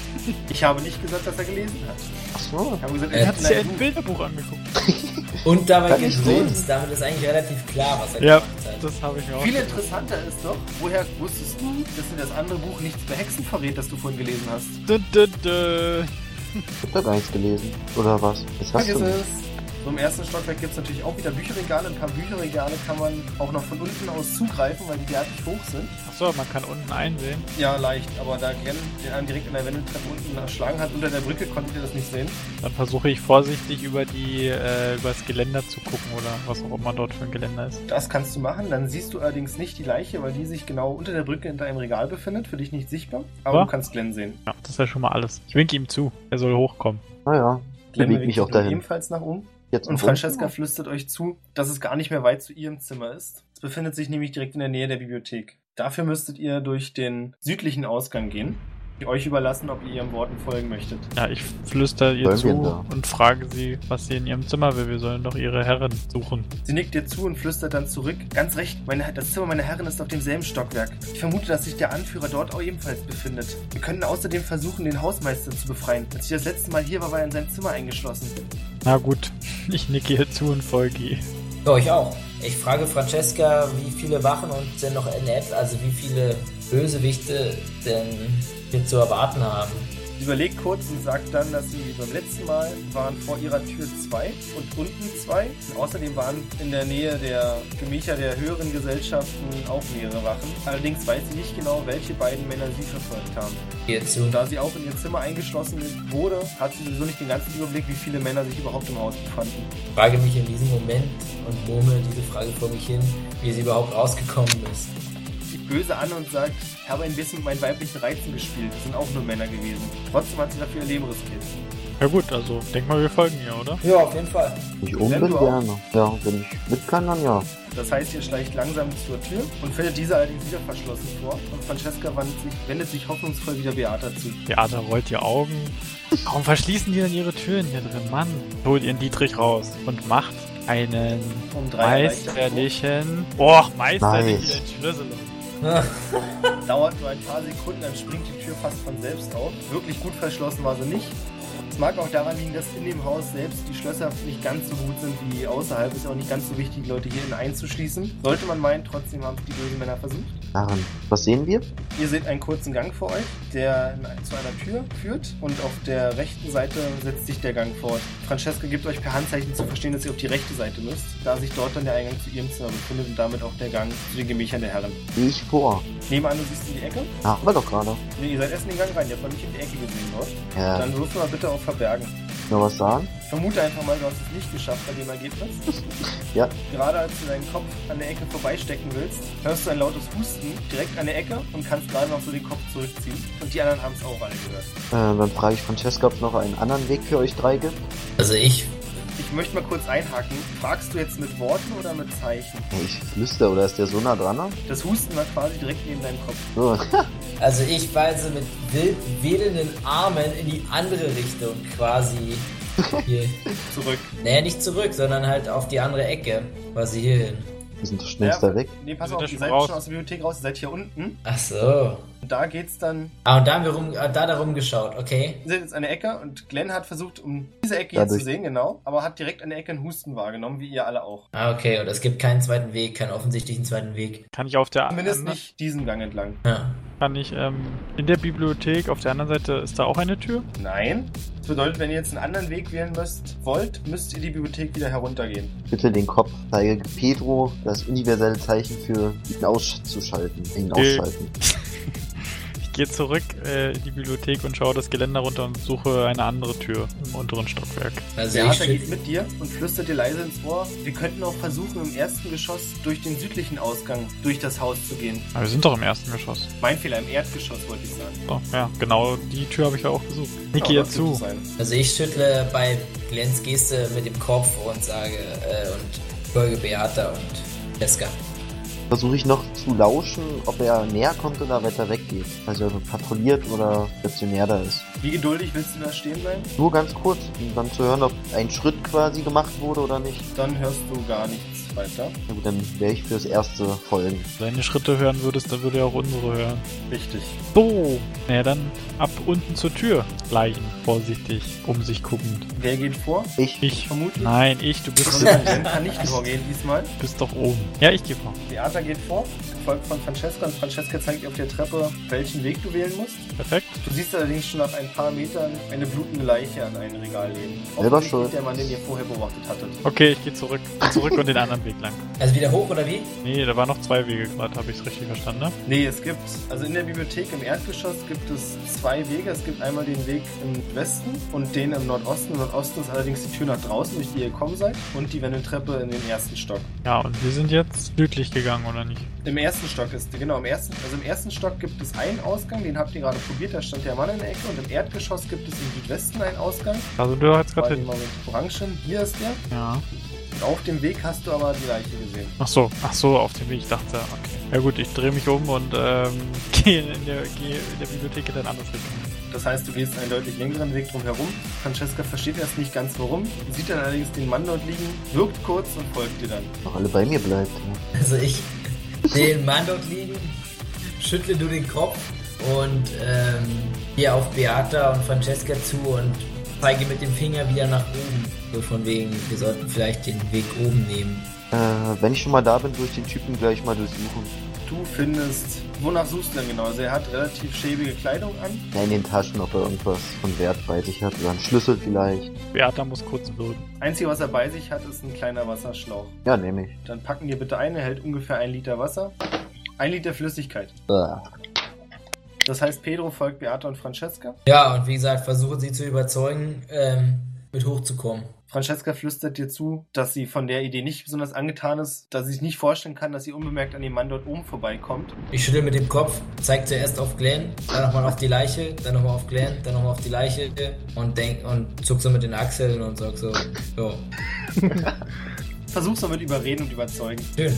Ich habe nicht gesagt, dass er gelesen hat. Achso. Ich habe gesagt, Er er Er hat hat sich ein ein Bilderbuch angeguckt. Und dabei Kann ich gewohnt. sehen. Damit ist eigentlich relativ klar, was er Ja, gemacht hat. das habe ich mir auch Viel gedacht. interessanter ist doch, woher wusstest du, dass dir das andere Buch nichts über Hexen verrät, das du vorhin gelesen hast? Dun, dun, dun. Ich hab da gar nichts gelesen. Oder was? Was hast Vergiss du denn? es. So im ersten Stockwerk gibt es natürlich auch wieder Bücherregale. Ein paar Bücherregale kann man auch noch von unten aus zugreifen, weil die derartig hoch sind. Achso, man kann unten einsehen. Ja, leicht, aber da Glenn den einen direkt an der Wendeltreppe unten erschlagen hat, unter der Brücke, konntet ihr das nicht sehen. Dann versuche ich vorsichtig über die, äh, über das Geländer zu gucken oder was auch immer dort für ein Geländer ist. Das kannst du machen, dann siehst du allerdings nicht die Leiche, weil die sich genau unter der Brücke hinter einem Regal befindet, für dich nicht sichtbar. Aber Ja. du kannst Glenn sehen. Ja, das ist ja schon mal alles. Ich winke ihm zu. Er soll hochkommen. Naja, Glenn bewegt bewegt mich sich auch dahin. ebenfalls nach oben. Jetzt Und noch Francesca unten? flüstert euch zu, dass es gar nicht mehr weit zu ihrem Zimmer ist. Es befindet sich nämlich direkt in der Nähe der Bibliothek. Dafür müsstet ihr durch den südlichen Ausgang gehen. Euch überlassen, ob ihr ihren Worten folgen möchtet. Ja, ich flüster ihr Wollen wir zu da? und frage sie, was sie in ihrem Zimmer will. Wir sollen doch ihre Herrin suchen. Sie nickt dir zu und flüstert dann zurück. Ganz recht, meine, das Zimmer meiner Herrin ist auf demselben Stockwerk. Ich vermute, dass sich der Anführer dort auch ebenfalls befindet. Wir können außerdem versuchen, den Hausmeister zu befreien. Als ich das letzte Mal hier war, war er in sein Zimmer eingeschlossen. Na gut, ich nicke ihr zu und folge ihr. Ja, ich auch. Ich frage Francesca, wie viele Wachen und denn noch in App, also wie viele Bösewichte denn wir zu erwarten haben. Sie überlegt kurz und sagt dann, dass sie beim letzten Mal waren vor ihrer Tür zwei und unten zwei. Und außerdem waren in der Nähe der Gemächer der höheren Gesellschaften auch mehrere Wachen. Allerdings weiß sie nicht genau, welche beiden Männer sie verfolgt haben. Hier zu. Und da sie auch in ihr Zimmer eingeschlossen wurde, hat sie sowieso nicht den ganzen Überblick, wie viele Männer sich überhaupt im Haus befanden. Ich frage mich in diesem Moment und murmel diese Frage vor mich hin, wie sie überhaupt rausgekommen ist. Sie sieht böse an und sagt, ich habe ein bisschen mit meinen weiblichen Reizen gespielt. Das sind auch nur Männer gewesen. Trotzdem hat sie dafür ihr Leben riskiert. Ja gut, also denk mal, wir folgen ihr, oder? Ja, auf jeden Fall. Wenn ich oben Glenn, bin, du auch? gerne. Ja, wenn ich mit kann, dann ja. Das heißt, ihr schleicht langsam zur Tür und findet diese allerdings wieder verschlossen vor. Und Francesca wendet sich, wendet sich hoffnungsvoll wieder Beata zu. Beata rollt die Augen. Warum verschließen die denn ihre Türen hier drin? Mann, holt ihren Dietrich raus und macht einen Um drei meisterlichen... Boah, meisterlichen Nice. Entschlüsselung. Dauert nur ein paar Sekunden, dann springt die Tür fast von selbst auf. Wirklich gut verschlossen war sie nicht. Es mag auch daran liegen, dass in dem Haus selbst die Schlösser nicht ganz so gut sind wie außerhalb. Ist auch nicht ganz so wichtig, die Leute hierhin einzuschließen. Sollte man meinen, trotzdem haben es die bösen Männer versucht. Daran. Was sehen wir? Ihr seht einen kurzen Gang vor euch, der zu einer Tür führt und auf der rechten Seite setzt sich der Gang fort. Francesca gibt euch per Handzeichen zu verstehen, dass ihr auf die rechte Seite müsst, da sich dort dann der Eingang zu ihrem Zimmer befindet und damit auch der Gang zu den Gemächern der Herren. Gehe ich vor. Nebenan, du siehst in die Ecke. Ja, aber doch gerade. Nee, ihr seid erst in den Gang rein, ihr habt noch nicht in die Ecke gesehen dort. Ja, Dann wirf mal bitte auf Verbergen. noch was sagen? Ich vermute einfach mal, du hast es nicht geschafft bei dem Ergebnis. Ja. Gerade als du deinen Kopf an der Ecke vorbeistecken willst, hörst du ein lautes Husten direkt an der Ecke und kannst gerade noch so den Kopf zurückziehen. Und die anderen haben es auch alle gehört. Äh, dann frage ich Francesca, ob es noch einen anderen Weg für euch drei gibt. Also ich, Ich möchte mal kurz einhaken. Fragst du jetzt mit Worten oder mit Zeichen? Ja, ich flüster, oder ist der so nah dran? Das Husten war quasi direkt neben deinem Kopf. So. also ich weise mit wild wedelnden Armen in die andere Richtung quasi hier. Zurück. Naja, nicht zurück, sondern halt auf die andere Ecke, quasi hierhin. Wir sind doch schnellst da weg. Nee, pass Wir sind auf, ja ihr schon seid raus. schon aus der Bibliothek raus, ihr seid hier unten. Ach so. Und da geht's dann, Ah, und da haben wir rum, ah, da, da rumgeschaut, okay. ihr seid jetzt an der Ecke und Glenn hat versucht, um diese Ecke hier Dadurch. zu sehen, genau, aber hat direkt an der Ecke einen Husten wahrgenommen, wie ihr alle auch. Ah, okay, und es gibt keinen zweiten Weg, keinen offensichtlichen zweiten Weg. Kann ich auf der Zumindest anderen- nicht diesen Gang entlang. Ja. Kann ich ähm, in der Bibliothek, auf der anderen Seite ist da auch eine Tür? Nein. Das bedeutet, wenn ihr jetzt einen anderen Weg wählen müsst, wollt, müsst ihr die Bibliothek wieder heruntergehen. Bitte den Kopf. Zeige Pedro das universelle Zeichen für ihn auszuschalten. Ihn Okay. ausschalten. Ich gehe zurück äh, in die Bibliothek und schaue das Geländer runter und suche eine andere Tür im unteren Stockwerk. Also Der ich Hatter geht schütze, mit dir und flüstert dir leise ins Ohr. Wir könnten auch versuchen, im ersten Geschoss durch den südlichen Ausgang durch das Haus zu gehen. Aber wir sind doch im ersten Geschoss. Mein Fehler, im Erdgeschoss wollte ich sagen. So, ja, genau die Tür habe ich ja auch gesucht. Nicke Ja, ihr das dürfte zu. sein. also ich schüttle bei Glens Geste mit dem Kopf und sage, äh, und folge Beata und Jessica. versuche ich noch zu lauschen, ob er näher kommt oder weiter weggeht. Also ob er patrouilliert oder stationär da ist. Wie geduldig willst du da stehen bleiben? Nur ganz kurz, um dann zu hören, ob ein Schritt quasi gemacht wurde oder nicht. Dann hörst du gar nichts weiter. Na gut, dann werde ich fürs erste folgen. Wenn du deine Schritte hören würdest, dann würde er auch unsere hören. Richtig. So, naja, dann ab unten zur Tür. Leichen, vorsichtig, um sich guckend. Wer geht vor? Ich. Ich. Vermutlich. Nein, ich, du bist, Jen kann nicht vorgehen diesmal. bist doch oben. Ja, ich gehe vor. Beata geht vor, gefolgt von Francesca, und Francesca zeigt dir auf der Treppe, welchen Weg du wählen musst. Perfekt. Du siehst allerdings schon nach ein paar Metern eine blutende Leiche an einem Regal lehnen. Selber Offensichtlich schuld. der Mann, den ihr vorher beobachtet hattet. Okay, ich gehe zurück. Zurück und den anderen Weg lang. Also wieder hoch oder wie? Nee, da waren noch zwei Wege gerade, habe ich es richtig verstanden, ne? Nee, es gibt, also in der Bibliothek im Erdgeschoss gibt es zwei Wege. Es gibt einmal den Weg im Westen und den im Nordosten. Im Nordosten ist allerdings die Tür nach draußen, durch die ihr gekommen seid, und die Wendeltreppe in den ersten Stock. Ja, und wir sind jetzt südlich gegangen, oder nicht? Im ersten Stock ist, genau, im ersten, also im ersten Stock gibt es einen Ausgang, den habt ihr gerade probiert, da stand der Mann in der Ecke, und im Erdgeschoss gibt es im Südwesten einen Ausgang. Also du hast War gerade den hin. mal mit Orangen, hier ist der. Ja. Und auf dem Weg hast du aber die Leiche gesehen. Ach so, ach so, auf dem Weg, ich dachte, okay. Ja gut, ich drehe mich um und ähm, gehe in der, gehe in der Bibliothek in eine andere Richtung. Das heißt, du gehst einen deutlich längeren Weg drumherum. Francesca versteht erst nicht ganz warum, sieht dann allerdings den Mann dort liegen, wirkt kurz und folgt dir dann. Noch alle bei mir bleibt. Ja. Also ich sehe den Mann dort liegen, schüttle nur den Kopf und ähm, gehe auf Beata und Francesca zu und zeige mit dem Finger wieder nach oben. So von wegen, wir sollten vielleicht den Weg oben nehmen. Äh, wenn ich schon mal da bin, würde ich den Typen gleich mal durchsuchen. Du findest, wonach suchst du denn genau? Also er hat relativ schäbige Kleidung an. Ja, in den Taschen, ob er irgendwas von Wert bei sich hat. Oder einen Schlüssel vielleicht. Beata muss kurz würden. Einzige, was er bei sich hat, ist ein kleiner Wasserschlauch. Ja, nehme ich. Dann packen dir bitte ein, er hält ungefähr ein Liter Wasser. Ein Liter Flüssigkeit. Äh. Das heißt, Pedro folgt Beata und Francesca. Ja, und wie gesagt, versuche sie zu überzeugen, ähm, mit hochzukommen. Francesca flüstert dir zu, dass sie von der Idee nicht besonders angetan ist, dass sie sich nicht vorstellen kann, dass sie unbemerkt an dem Mann dort oben vorbeikommt. Ich schüttel mit dem Kopf, zeig zuerst auf Glenn, dann nochmal auf die Leiche, dann nochmal auf Glenn, dann nochmal auf die Leiche und denk und zuck so mit den Achseln und sag so, so. Versuch's mal mit Überreden und Überzeugen. Schön.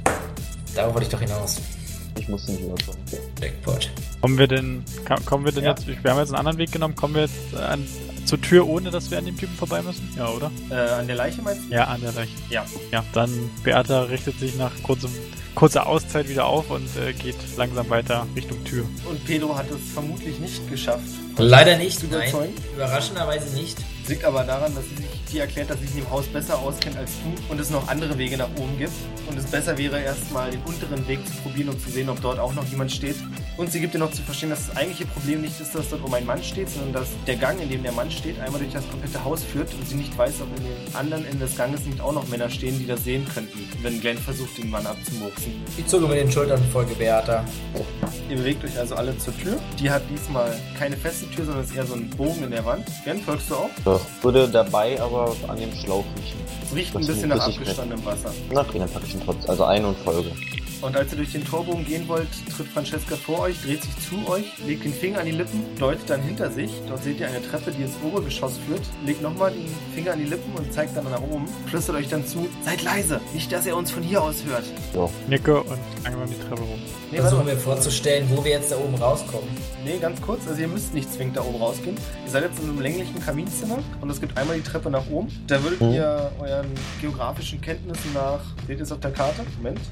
Darauf wollte ich doch hinaus. Ich muss nicht überzeugen. Jackpot. Kommen wir denn, ka- kommen wir denn Ja. jetzt, wir haben jetzt einen anderen Weg genommen, kommen wir jetzt äh, an, zur Tür, ohne dass wir an dem Typen vorbei müssen? Ja, oder? Äh, an der Leiche meinst du? Ja, an der Leiche. Ja. Ja, dann Beata richtet sich nach kurzem, kurzer Auszeit wieder auf und äh, geht langsam weiter Richtung Tür. Und Pedro hat es vermutlich nicht geschafft. Leider nicht, zu nein. überzeugen. Überraschenderweise nicht. Liegt aber daran, dass sie sich die erklärt, dass sie sich in dem Haus besser auskennt als du und es noch andere Wege nach oben gibt. Und es besser wäre, erstmal den unteren Weg zu probieren, um zu sehen, ob dort auch noch jemand steht. Und sie gibt dir noch zu verstehen, dass das eigentliche Problem nicht ist, dass dort um ein Mann steht, sondern dass der Gang, in dem der Mann steht, einmal durch das komplette Haus führt und sie nicht weiß, ob in den anderen Ende des Ganges nicht auch noch Männer stehen, die das sehen könnten, wenn Glenn versucht, den Mann abzumurksen. Ich zucke mit den Schultern und folge Beata. Ihr bewegt euch also alle zur Tür. Die hat diesmal keine feste Tür, sondern ist eher so ein Bogen in der Wand. Glenn, folgst du auch? Das würde dabei aber an dem Schlauch riechen. Es riecht Das ein ist bisschen nach Flüssigkeit. abgestandenem Wasser. Na okay, dann packe ich ihn trotzdem. Also ein und Folge. Und als ihr durch den Torbogen gehen wollt, tritt Francesca vor euch, dreht sich zu euch, legt den Finger an die Lippen, deutet dann hinter sich. Dort seht ihr eine Treppe, die ins Obergeschoss führt. Legt nochmal den Finger an die Lippen und zeigt dann nach oben. Flüstert euch dann zu, seid leise, nicht, dass er uns von hier aus hört. So. Nicke und langsam die Treppe rum. Nee, Versuchen warte wir mal. vorzustellen, wo wir jetzt da oben rauskommen. Nee, ganz kurz, also ihr müsst nicht zwingend da oben rausgehen. Ihr seid jetzt in einem länglichen Kaminzimmer und es gibt einmal die Treppe nach oben. Da würdet Mhm. ihr euren geografischen Kenntnissen nach, seht ihr es auf der Karte? Moment.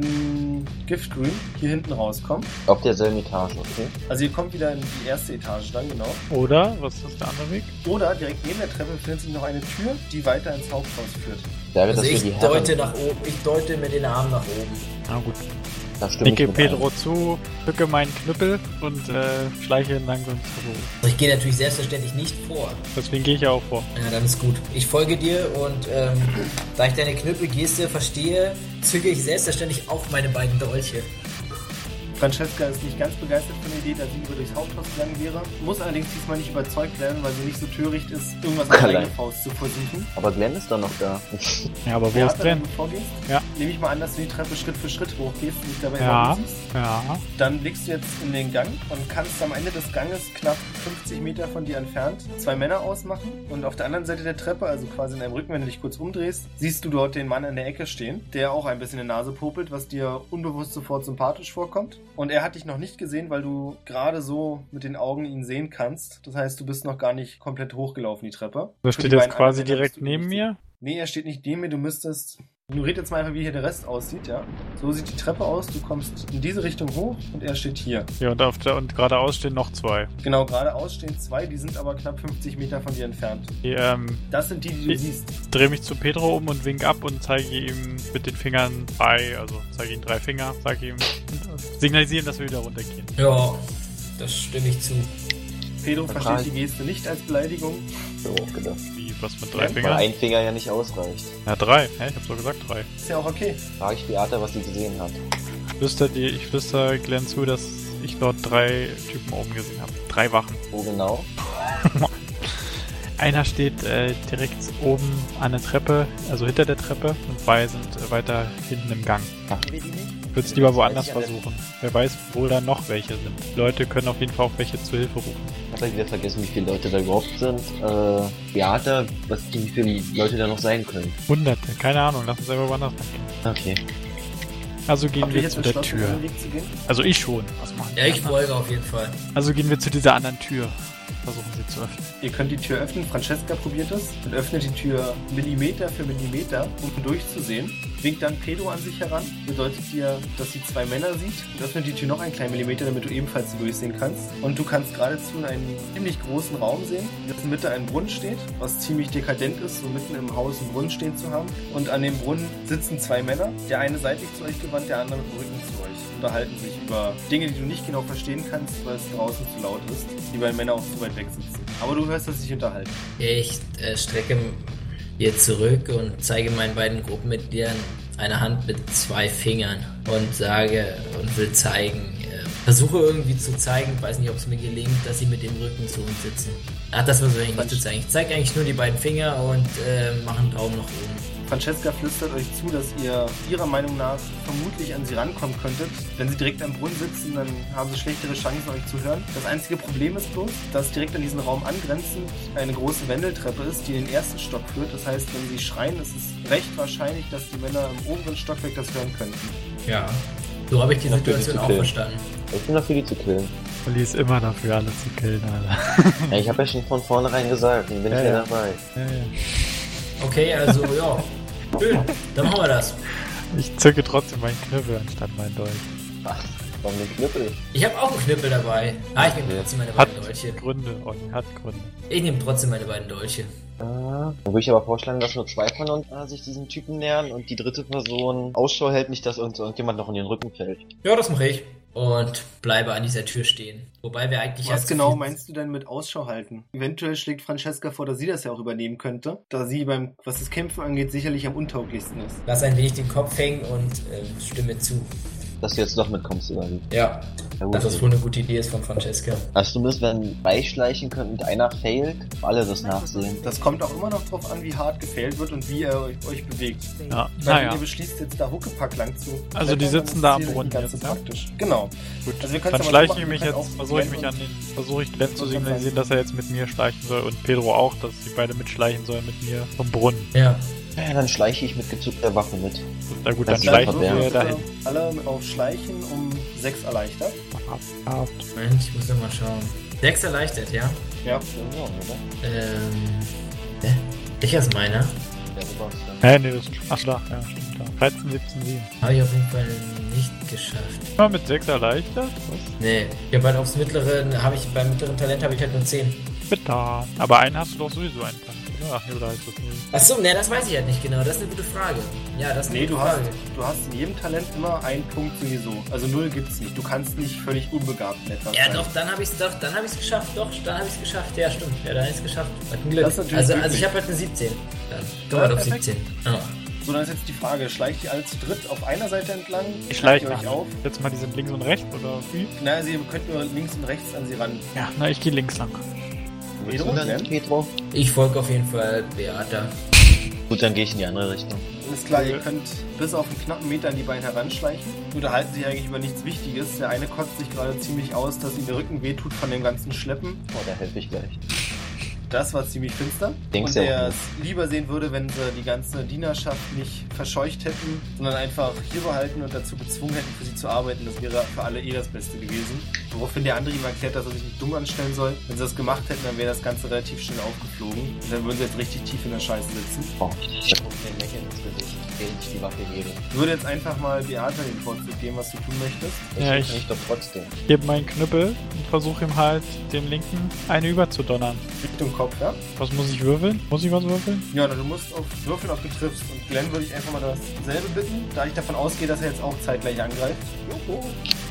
In Giftgrün hier hinten rauskommen. Auf derselben Etage, okay? Also ihr kommt wieder in die erste Etage dann, genau. Oder, was ist der andere Weg? Oder direkt neben der Treppe befindet sich noch eine Tür, die weiter ins Haupthaus führt. Sage, Also dass wir ich die Herren... deute nach oben, ich deute mit den Armen nach oben. Na gut. Da stimme ich Nicke mit Pedro ein. zu, drücke meinen Knüppel und äh, schleiche langsam zurück. Also ich gehe natürlich selbstverständlich nicht vor. Deswegen gehe ich ja auch vor. Ja, dann ist gut. Ich folge dir und ähm, da ich deine Knüppelgeste verstehe, zücke ich selbstverständlich auch meine beiden Dolche. Francesca ist nicht ganz begeistert von der Idee, dass sie über durchs Haupthaus gegangen wäre. Muss allerdings diesmal nicht überzeugt werden, weil sie nicht so töricht ist, irgendwas mit eigener Faust zu versuchen. Aber Glenn ist doch noch da. Ja, aber wo Wer ist hat Glenn? Wenn du vorgehst, Ja. nehme ich mal an, dass du die Treppe Schritt für Schritt hochgehst und dich dabei Ja, immer siehst. ja. Dann blickst du jetzt in den Gang und kannst am Ende des Ganges knapp fünfzig Meter von dir entfernt zwei Männer ausmachen. Und auf der anderen Seite der Treppe, also quasi in deinem Rücken, wenn du dich kurz umdrehst, siehst du dort den Mann an der Ecke stehen, der auch ein bisschen in die Nase popelt, was dir unbewusst sofort sympathisch vorkommt. Und er hat dich noch nicht gesehen, weil du gerade so mit den Augen ihn sehen kannst. Das heißt, du bist noch gar nicht komplett hochgelaufen, die Treppe. Der Für steht die jetzt beiden quasi anderen direkt bist du neben nicht- mir. Nee, er steht nicht neben mir, du müsstest... Du red jetzt mal einfach, wie hier der Rest aussieht, ja? So sieht die Treppe aus, du kommst in diese Richtung hoch und er steht hier. Ja, und, auf der, und geradeaus stehen noch zwei. Genau, geradeaus stehen zwei, die sind aber knapp fünfzig Meter von dir entfernt. Die, ähm, Das sind die, die du Ich- siehst. drehe mich zu Pedro um und wink ab und zeige ihm mit den Fingern drei, also zeige ihm drei Finger, sage ihm, signalisieren, dass wir wieder runtergehen. Ja, das stimme ich zu. Pedro Vertrag. versteht die Geste nicht als Beleidigung. So auch gedacht. Wie, was mit drei Ja, Weil Fingern? ein Finger ja nicht ausreicht. Ja, drei. Hä, ich hab so gesagt drei. Ist ja auch okay. Frage ich Beata, was sie gesehen hat. Flüster die, ich flüster Glenn zu, dass ich dort drei Typen oben gesehen habe. Drei Wachen. Wo genau? Einer steht äh, direkt oben an der Treppe, also hinter der Treppe, und zwei sind äh, weiter hinten im Gang. Machen wir die nicht? Ich würde es lieber woanders Weiß ich ja versuchen. Wer weiß, wo da noch welche sind. Die Leute können auf jeden Fall auch welche zu Hilfe rufen. Ich hab wieder vergessen, wie viele Leute da überhaupt sind. Äh, Beata, was, wie viele Leute da noch sein können. Hunderte, keine Ahnung, lass uns einfach woanders reingehen. Okay. Also gehen Habt ihr wir jetzt zu der entschlossen, Tür. den Weg zu gehen? Also ich schon. Was machen die Ja, ich anderen? folge auf jeden Fall. Also gehen wir zu dieser anderen Tür. Versuchen sie zu öffnen. Ihr könnt die Tür öffnen. Francesca probiert es und öffnet die Tür Millimeter für Millimeter, um durchzusehen. Winkt dann Pedro an sich heran, bedeutet dir, dass sie zwei Männer sieht und öffnet die Tür noch einen kleinen Millimeter, damit du ebenfalls durchsehen kannst. Und du kannst geradezu in einen ziemlich großen Raum sehen, in dessen Mitte ein Brunnen steht, was ziemlich dekadent ist, so mitten im Haus einen Brunnen stehen zu haben. Und an dem Brunnen sitzen zwei Männer, der eine seitlich zu euch gewandt, der andere mit dem Rücken zu euch. Unterhalten sich über Dinge, die du nicht genau verstehen kannst, weil es draußen zu laut ist. Die beiden Männer auch zu weit weg sitzen. Aber du hörst, dass sie sich unterhalten. Ich äh, strecke ihr zurück und zeige meinen beiden Gruppenmitgliedern eine Hand mit zwei Fingern und sage und will zeigen, äh, versuche irgendwie zu zeigen, weiß nicht, ob es mir gelingt, dass sie mit dem Rücken zu uns sitzen. Ach, das versuche ich nicht zu zeigen. Ich zeige eigentlich nur die beiden Finger und äh, mache einen Daumen nach oben. Francesca flüstert euch zu, dass ihr ihrer Meinung nach vermutlich an sie rankommen könntet. Wenn sie direkt am Brunnen sitzen, dann haben sie schlechtere Chancen, euch zu hören. Das einzige Problem ist bloß, dass direkt an diesen Raum angrenzend eine große Wendeltreppe ist, die in den ersten Stock führt. Das heißt, wenn sie schreien, ist es recht wahrscheinlich, dass die Männer im oberen Stockwerk das hören könnten. Ja, so habe ich die Natürlich Situation zu auch killen. verstanden. Ich bin dafür, die zu killen. Uli ist immer dafür, alles zu killen, Alter. Ja, ich habe ja schon von vornherein gesagt, dann bin Ja, ich ja, ja. dabei. Ja, ja. Okay, also ja. Schön, dann machen wir das. Ich zücke trotzdem meinen Knüppel anstatt meinen Dolch. Ach, warum den Knüppel? Ich habe auch einen Knüppel dabei. Ah, ich nehme trotzdem meine Hat beiden Dolche. Gründe, Olli, hat Gründe. Ich nehme trotzdem meine beiden Dolche. Ah, dann würde ich aber vorschlagen, dass nur zwei von uns äh, sich diesen Typen nähern und die dritte Person Ausschau hält, nicht, dass uns irgendjemand noch in den Rücken fällt. Ja, das mache ich. Und bleibe an dieser Tür stehen. Wobei wir eigentlich... Was erst genau viel- meinst du denn mit Ausschau halten? Eventuell schlägt Francesca vor, dass sie das ja auch übernehmen könnte, da sie beim, was das Kämpfen angeht, sicherlich am untauglichsten ist. Lass ein wenig den Kopf hängen und äh, stimme zu. Dass du jetzt doch mitkommst, oder wie? Ja, Ja, gut. dass das wohl eine gute Idee ist von Francesca. Hast du Mist, wenn drei schleichen können und einer failt, alle das nachsehen. Das kommt auch immer noch drauf an, wie hart gefailt wird und wie ihr euch, euch bewegt. Ja, Weil naja. ihr beschließt jetzt da Huckepack lang zu. Also die klettern, sitzen dann da ist am das Brunnen Ganze jetzt, ja? praktisch. Genau. Gut, Also wir dann können's aber schleiche so ich machen, mich wir können jetzt, auch versuche ich Glenn mich an und- den, versuche ich Glenn zu und- signalisieren, dass er jetzt mit mir schleichen soll und Pedro auch, dass sie beide mitschleichen sollen mit mir vom Brunnen. Ja. Ja, dann schleiche ich mit gezückter Waffe mit. Na gut, Das dann ist schleichen einfach wir der- dahin. Alle auf Schleichen um sechs erleichtert. Ab. Moment, ich muss noch mal schauen. Sechs erleichtert, ja? Ja. Ja, oder? Ähm... Hä? Ich als meiner? Ja, du warst dann. Hä, nee, das ist... Ach, da, ja, stimmt, da. dreizehn, siebzehn, sieben. Habe ich auf jeden Fall nicht geschafft. Mal mit sechs erleichtert? Was? Nee, ich habe halt aufs mittlere, habe ich beim mittleren Talent habe ich halt nur zehn. Bitte. Aber einen hast du doch sowieso einen Punkt, oder? Ach nee, oder heißt das null? Achso, ne, das weiß ich halt nicht genau. Das ist eine gute Frage. Ja, das ist eine Nee, gute du hast, Frage. du hast in jedem Talent immer einen Punkt sowieso. Also null gibt's nicht. Du kannst nicht völlig unbegabt in etwas Ja, sein. doch, dann habe ich es doch, dann habe ich es geschafft. Doch, dann habe ich es geschafft. Ja, stimmt. Ja, dann habe ich es geschafft. Hat ein Glück. Das ist natürlich also, glücklich. also ich habe halt eine siebzehn. Dann komm halt auf perfekt. siebzehn. Ja. So, dann ist jetzt die Frage, schleicht ihr alle zu dritt auf einer Seite entlang? Ich Schleicht schleiche ihr euch auf? Jetzt mal, die sind links und rechts, oder wie? Na, also ihr könnt nur links und rechts an sie ran. Ja, na, ich gehe links lang. Willst Pedro, du dann, Glenn? Pedro? Ich folge auf jeden Fall Beata. Gut, dann gehe ich in die andere Richtung. Alles klar, ihr könnt bis auf einen knappen Meter an die beiden heranschleichen. Unterhalten sich eigentlich über nichts Wichtiges. Der eine kotzt sich gerade ziemlich aus, dass ihm der Rücken wehtut von dem ganzen Schleppen. Oh, da helfe ich gleich. Das war ziemlich finster. Denkst und du der auch es lieber sehen würde, wenn sie die ganze Dienerschaft nicht verscheucht hätten, sondern einfach hier behalten und dazu gezwungen hätten, für sie zu arbeiten. Das wäre für alle eh das Beste gewesen. Woraufhin der andere ihm erklärt, dass er sich nicht dumm anstellen soll. Wenn sie das gemacht hätten, dann wäre das Ganze relativ schnell aufgeflogen. Und dann würden sie jetzt richtig tief in der Scheiße sitzen. Oh, da kommt mir ein Lächeln ins Gesicht, während ich die Waffe hebe. Ich würde jetzt einfach mal Beata den Vorzug geben, was du tun möchtest. Ich Ja, ja, ich- ich doch trotzdem. Gebe meinen Knüppel und versuche ihm halt, dem linken eine überzudonnern. Richtung Kopf, ja? Was muss ich würfeln? Muss ich was würfeln? Ja, du musst auf würfeln, ob du triffst. Und Glenn würde ich einfach mal dasselbe bitten, da ich davon ausgehe, dass er jetzt auch zeitgleich angreift. Juhu.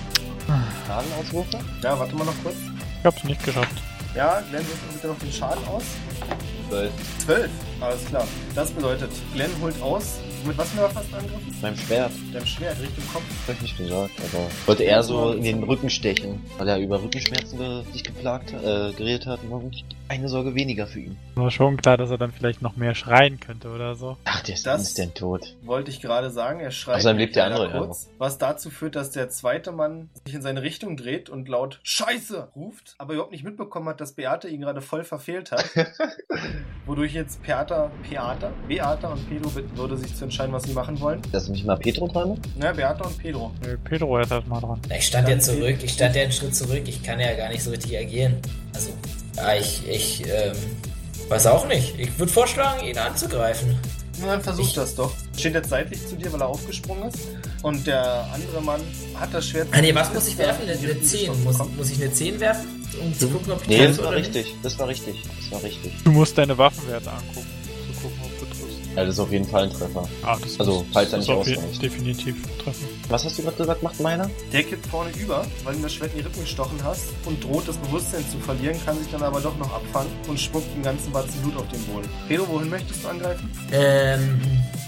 Schadenauswürfe? Ja, warte mal noch kurz. Ich hab's nicht geschafft. Ja, Glenn wirft bitte noch den Schaden aus. zwölf. zwölf, alles klar. Das bedeutet, Glenn holt aus. Mit was für einer Waffe hast du angegriffen? Beim Schwert. Dein Schwert, Richtung Kopf. Hab ich nicht gesagt, aber wollte eher so in den Rücken stechen, weil er über Rückenschmerzen ge sich geplagt hat, äh, geredet hat. Und eine Sorge weniger für ihn. War schon klar, dass er dann vielleicht noch mehr schreien könnte oder so. Ach, der ist Das- instant tot. Wollte ich gerade sagen, er schreit. Außerdem lebt der leider andere, kurz, was dazu führt, dass der zweite Mann sich in seine Richtung dreht und laut Scheiße ruft, aber überhaupt nicht mitbekommen hat, dass Beate ihn gerade voll verfehlt hat. Wodurch jetzt Beata, Beata, Beata und Pedro bitten würde, sich zu entscheiden, was sie machen wollen. Dass nicht mal Pedro dran? Na, Beata und Pedro. Nö, Pedro ist erstmal dran. Ich stand ja zurück, ich stand ja einen Schritt zurück, ich kann ja gar nicht so richtig agieren. Also, ja, ich, ich, ähm, weiß auch nicht. Ich würde vorschlagen, ihn anzugreifen. Na, dann versuch das doch. Steht jetzt seitlich zu dir, weil er aufgesprungen ist. Und der andere Mann hat das Schwert... Ah nee, was muss ich werfen? Eine, in die eine Rippen zehn. gestochen Muss, bekommen. muss ich eine zehn werfen? Um zu gucken, ob ich Nee, treffe das war oder nicht? richtig. Das war richtig. Das war richtig. Du musst deine Waffenwerte angucken, um zu gucken, ob du triffst. Ja, das ist auf jeden Fall ein Treffer. Ah, das Also, muss- falls er das nicht auf jeden- ausreicht. definitiv treffen. Was hast du gerade gesagt, macht meiner? Der kippt vorne über, weil ihm das Schwert in die Rippen gestochen hast und droht das Bewusstsein zu verlieren, kann sich dann aber doch noch abfangen und spuckt den ganzen Batzen Blut auf den Boden. Pedro, wohin möchtest du angreifen? Ähm,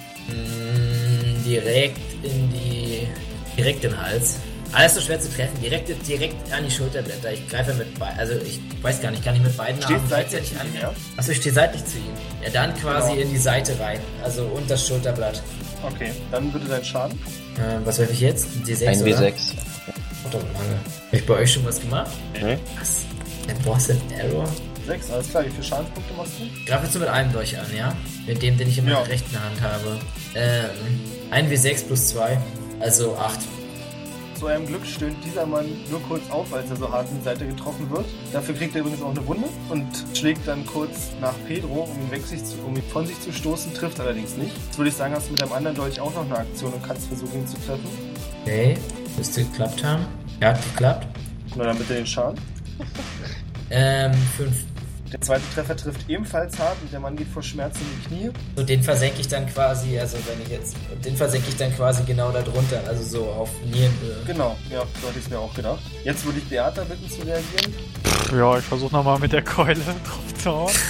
mh, direkt in die, direkt in den Hals. Alles so schwer zu treffen, direkt, direkt an die Schulterblätter. Ich greife mit beiden, also ich weiß gar nicht, kann ich mit beiden Stehst Armen seitlich gleichzeitig zu ihm, angreifen? ja? Achso, ich stehe seitlich zu ihm. Ja, dann quasi Genau. in die Seite rein, also unter das Schulterblatt. Okay, dann bitte dein Schaden. Ähm, was werfe ich jetzt? Ein D sechs, Ein oder? W sechs. Oh, doch, lange. Habe ich bei euch schon was gemacht? Nee? Was? Der Boss in Error? sechs, alles klar. Wie viele Schadenspunkte machst du? Greif jetzt nur mit einem Dolch an, ja? Mit dem, den ich in meiner Ja. rechten Hand habe. Ähm, ein W sechs plus zwei, also acht. Zu eurem Glück stöhnt dieser Mann nur kurz auf, als er so hart in die Seite getroffen wird. Dafür kriegt er übrigens auch eine Wunde und schlägt dann kurz nach Pedro, um ihn, weg sich zu, um ihn von sich zu stoßen, trifft allerdings nicht. Jetzt würde ich sagen, hast du mit deinem anderen Dolch auch noch eine Aktion und kannst versuchen, ihn zu treffen. Okay, müsste geklappt haben. Ja, hat geklappt. Na dann bitte den Schaden. Ähm, fünf. Der zweite Treffer trifft ebenfalls hart und der Mann geht vor Schmerzen in die Knie. So, den versenke ich dann quasi, also wenn ich jetzt, den versenke ich dann quasi genau da drunter, also so auf Nierenhöhe. Genau, ja, so hatte ich es mir auch gedacht. Jetzt würde ich Beata bitten zu reagieren. Ja, ich versuche nochmal mit der Keule drauf zu hauen.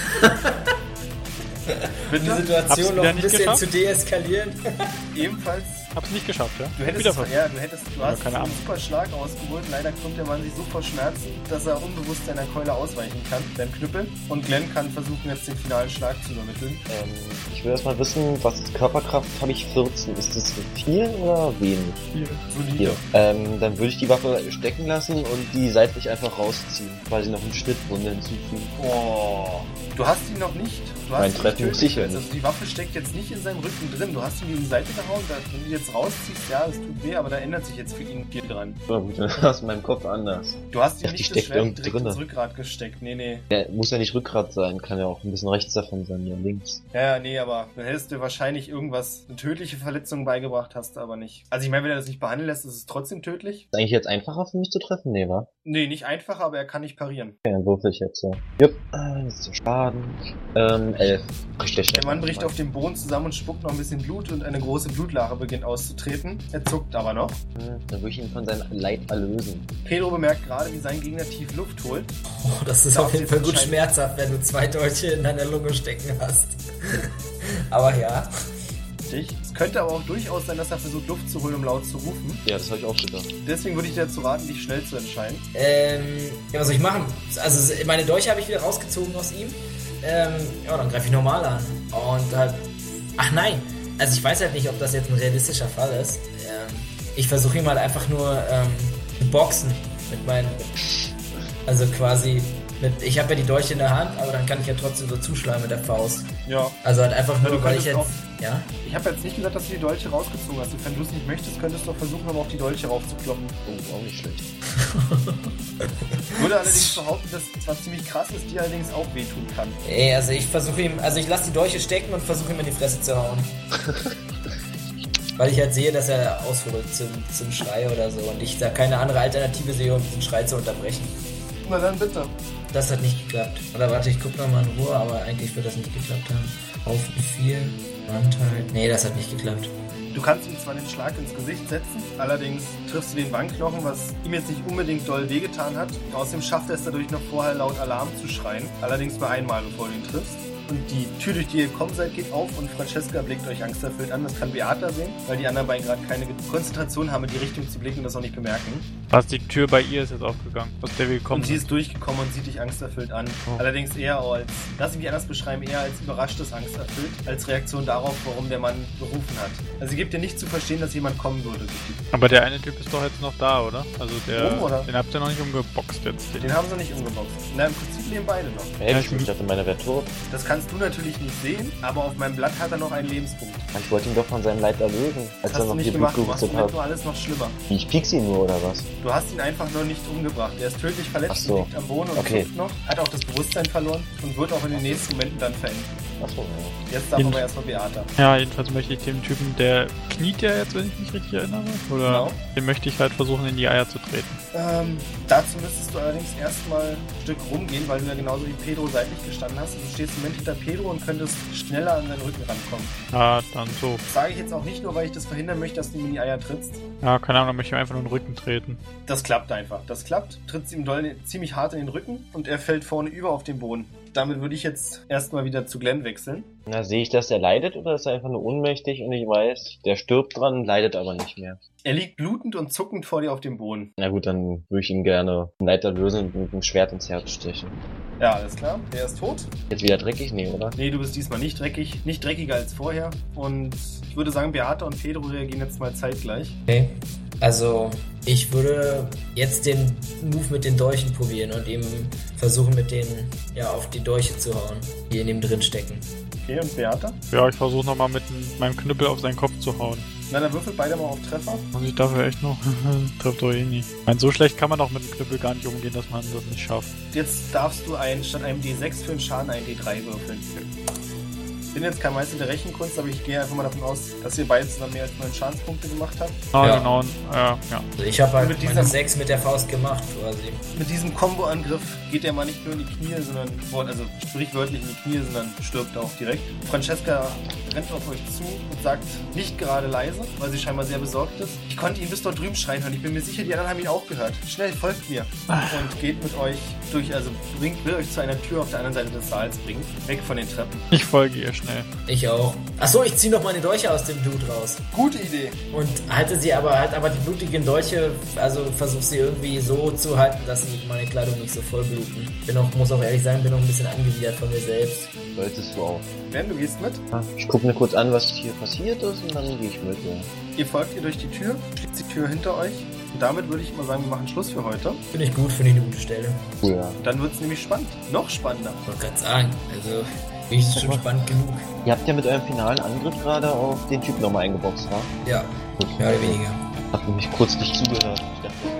Um die Hab's Situation noch wieder ein nicht bisschen geschafft? zu deeskalieren. Ebenfalls, Hab's nicht geschafft, ja? du hättest, Wieder es, versucht. ja, du hättest, du Ja, hast keine einen Ahnung. super Schlag ausgeholt. Leider kommt der Mann sich so vor Schmerzen, dass er unbewusst seiner Keule ausweichen kann, deinem Knüppel. Und Glenn kann versuchen, jetzt den finalen Schlag zu übermitteln. Ähm, ich will erstmal wissen, was ist Körperkraft? Habe ich vierzehn. Ist das viel oder wenig? Hier. Solide. Hier. Ähm, dann würde ich die Waffe stecken lassen und die seitlich einfach rausziehen, quasi noch eine Schnittwunde hinzufügen. Oh, du hast ihn noch nicht. Du hast Mein ihn Treffen töten muss sicher können. nicht. Also die Waffe steckt jetzt nicht in seinem Rücken drin. Du hast ihn in die Seite gehauen. Da, wenn du jetzt rausziehst, ja, das tut weh, aber da ändert sich jetzt für ihn viel dran. Na gut, dann war es in meinem Kopf anders. Du hast ihm Ach, die nicht das steckt Schwert irgendwo direkt ins drinne. Rückgrat gesteckt. Nee, nee. Der muss ja nicht Rückgrat sein, kann ja auch ein bisschen rechts davon sein, ja links. Ja, ja, nee, aber dann hättest du wahrscheinlich irgendwas, eine tödliche Verletzung beigebracht, hast du aber nicht. Also ich meine, wenn er das nicht behandeln lässt, ist es trotzdem tödlich. Ist eigentlich jetzt einfacher für mich zu treffen? Nee, wa? Nee, nicht einfacher, aber er kann nicht parieren. Okay, dann würfel ich jetzt so. Jupp, äh, das ist der Schaden. Ähm, elf. Richtig. Der Mann bricht auf dem Boden zusammen und spuckt noch ein bisschen Blut und eine große Blutlache beginnt auszutreten. Er zuckt aber noch. Hm, Dann würde ich ihn von seinem Leid erlösen. Pedro bemerkt gerade, wie sein Gegner tief Luft holt. Oh, das ist Darf auf jeden jetzt Fall gut anscheinend- schmerzhaft, wenn du zwei Dolche in deiner Lunge stecken hast. Aber ja. richtig. Es könnte aber auch durchaus sein, dass er versucht, Luft zu holen, um laut zu rufen. Ja, das habe ich auch gedacht. Deswegen würde ich dir dazu raten, dich schnell zu entscheiden. Ähm, ja, was soll ich machen? Also meine Dolche habe ich wieder rausgezogen aus ihm. Ähm, ja, dann greife ich normal an. Und halt... Ach nein! Also ich weiß halt nicht, ob das jetzt ein realistischer Fall ist. Ähm, ich versuche ihm halt einfach nur ähm, boxen mit meinen... Also quasi... Mit, ich habe ja die Dolche in der Hand, aber dann kann ich ja trotzdem so zuschlagen mit der Faust. Ja. Also halt einfach nur, Ja, du weil ich könntest jetzt... Ja? Ich habe jetzt nicht gesagt, dass du die Dolche rausgezogen hast. Und wenn du es nicht möchtest, könntest du auch versuchen, aber auf die Dolche raufzukloppen. Oh, auch nicht schlecht. Ich würde allerdings behaupten, dass was ziemlich krass ist, die allerdings auch wehtun kann. Ey, also ich versuche ihm... Also ich lasse die Dolche stecken und versuche ihm in die Fresse zu hauen. Weil ich halt sehe, dass er ausholt zum, zum Schrei oder so. Und ich da keine andere Alternative sehe, um diesen Schrei zu unterbrechen. Na dann bitte. Das hat nicht geklappt. Oder warte, ich guck nochmal in Ruhe, aber eigentlich wird das nicht geklappt haben. Auf Befehl, Brandteil. Nee, das hat nicht geklappt. Du kannst ihm zwar den Schlag ins Gesicht setzen, allerdings triffst du den Wangenknochen, was ihm jetzt nicht unbedingt doll wehgetan hat. Außerdem schafft er es dadurch noch vorher laut Alarm zu schreien. Allerdings nur einmal, bevor du ihn triffst. Und die Tür, durch die ihr gekommen seid, geht auf und Francesca blickt euch angsterfüllt an. Das kann Beata sehen, weil die anderen beiden gerade keine Konzentration haben, in die Richtung zu blicken und das auch nicht bemerken. Was, die Tür bei ihr ist jetzt aufgegangen, aus der wir gekommen Und sie sind. ist durchgekommen und sieht dich angsterfüllt an. Oh. Allerdings eher als, lass mich anders beschreiben, eher als überraschtes Angsterfüllt, als Reaktion darauf, warum der Mann gerufen hat. Also sie gibt dir nicht zu verstehen, dass jemand kommen würde. Aber der eine Typ ist doch jetzt noch da, oder? Also der, Oben, oder? den habt ihr noch nicht umgeboxt jetzt. Den haben sie nicht umgeboxt. Na, im Prinzip leben beide noch. Hey, ich dachte, meiner wäre tot. Das kannst du natürlich nicht sehen, aber auf meinem Blatt hat er noch einen Lebenspunkt. Ich wollte ihn doch von seinem Leid erlösen, als Das er hast noch du nicht die gemacht, du Blut machst gerüstet damit hat. nur alles noch schlimmer. Ich piekse ihn nur, oder was? Du hast ihn einfach noch nicht umgebracht. Er ist tödlich verletzt Ach so. und liegt am Boden und Okay. zuckt noch, hat auch das Bewusstsein verloren und wird auch in den nächsten Momenten dann verenden. Achso, ja. Jetzt darf In- aber erstmal Beata. Ja, jedenfalls möchte ich dem Typen, der kniet ja jetzt, wenn ich mich richtig erinnere, oder Genau. den möchte ich halt versuchen, in die Eier zu treten. Ähm, dazu müsstest du allerdings erstmal ein Stück rumgehen, weil du ja genauso wie Pedro seitlich gestanden hast. Du stehst im Moment hinter Pedro und könntest schneller an seinen Rücken rankommen. Ja, dann so. Das sage ich jetzt auch nicht nur, weil ich das verhindern möchte, dass du ihm in die Eier trittst. Ja, keine Ahnung, dann möchte ich ihm einfach nur in den Rücken treten. Das klappt einfach. Das klappt, trittst ihm doll, ziemlich hart in den Rücken und er fällt vorne über auf den Boden. Damit würde ich jetzt erstmal wieder zu Glenn wechseln. Na, sehe ich, dass er leidet, oder ist er einfach nur ohnmächtig und ich weiß, der stirbt dran, leidet aber nicht mehr? Er liegt blutend und zuckend vor dir auf dem Boden. Na gut, dann würde ich ihm gerne den Leid erlösen und mit dem Schwert ins Herz stechen. Ja, alles klar. Der ist tot. Jetzt wieder dreckig? Nee, oder? Nee, du bist diesmal nicht dreckig. Nicht dreckiger als vorher. Und ich würde sagen, Beata und Pedro reagieren jetzt mal zeitgleich. Okay. Also, ich würde jetzt den Move mit den Dolchen probieren und ihm versuchen, mit denen ja, auf die Dolche zu hauen, die in ihm drin stecken. Okay, und Beata? Ja, ich versuche nochmal mit n- meinem Knüppel auf seinen Kopf zu hauen. Na, dann würfelt beide mal auf Treffer. Und ich dafür echt noch, trifft doch eh nie. Ich meine, so schlecht kann man auch mit dem Knüppel gar nicht umgehen, dass man das nicht schafft. Jetzt darfst du ein, statt einem D sechs für den Schaden einen D drei würfeln. Ich bin jetzt kein Meister der Rechenkunst, aber ich gehe einfach mal davon aus, dass ihr beide zusammen mehr als neun Schadenspunkte gemacht habt. Ah, Ja. genau, ja, ja. Also ich habe halt Mit meine dieser- sechs mit der Faust gemacht, quasi. Mit diesem Combo-Angriff geht der Mann nicht nur in die Knie, sondern, also sprichwörtlich in die Knie, sondern stirbt auch direkt. Francesca rennt auf euch zu und sagt nicht gerade leise, weil sie scheinbar sehr besorgt ist. Ich konnte ihn bis dort drüben schreien hören. Ich bin mir sicher, die anderen haben ihn auch gehört. Schnell, folgt mir. Und geht mit euch durch, also bringt, will euch zu einer Tür auf der anderen Seite des Saals bringen. Weg von den Treppen. Ich folge ihr schnell. Ich auch. Achso, ich ziehe noch meine Dolche aus dem Blut raus. Gute Idee. Und halte sie aber, halt aber die blutigen Dolche, also versuche sie irgendwie so zu halten, dass sie meine Kleidung nicht so voll bluten. Bin auch, muss auch ehrlich sagen, bin auch ein bisschen angewidert von mir selbst. Solltest du auch. Ben, du gehst mit. Ich gucke mir kurz an, was hier passiert ist und dann gehe ich mit. Ja. Ihr folgt ihr durch die Tür, schließt die Tür hinter euch. Und damit würde ich mal sagen, wir machen Schluss für heute. Finde ich gut, finde ich eine gute Stelle. Cool, ja. Und dann wird es nämlich spannend. Noch spannender. Ich wollte gerade sagen, also bin ich schon spannend genug. Ihr habt ja mit eurem finalen Angriff gerade auf den Typ nochmal eingeboxt, wa? Ja, mehr oder weniger. Hab nämlich kurz nicht zugehört. Ich dachte,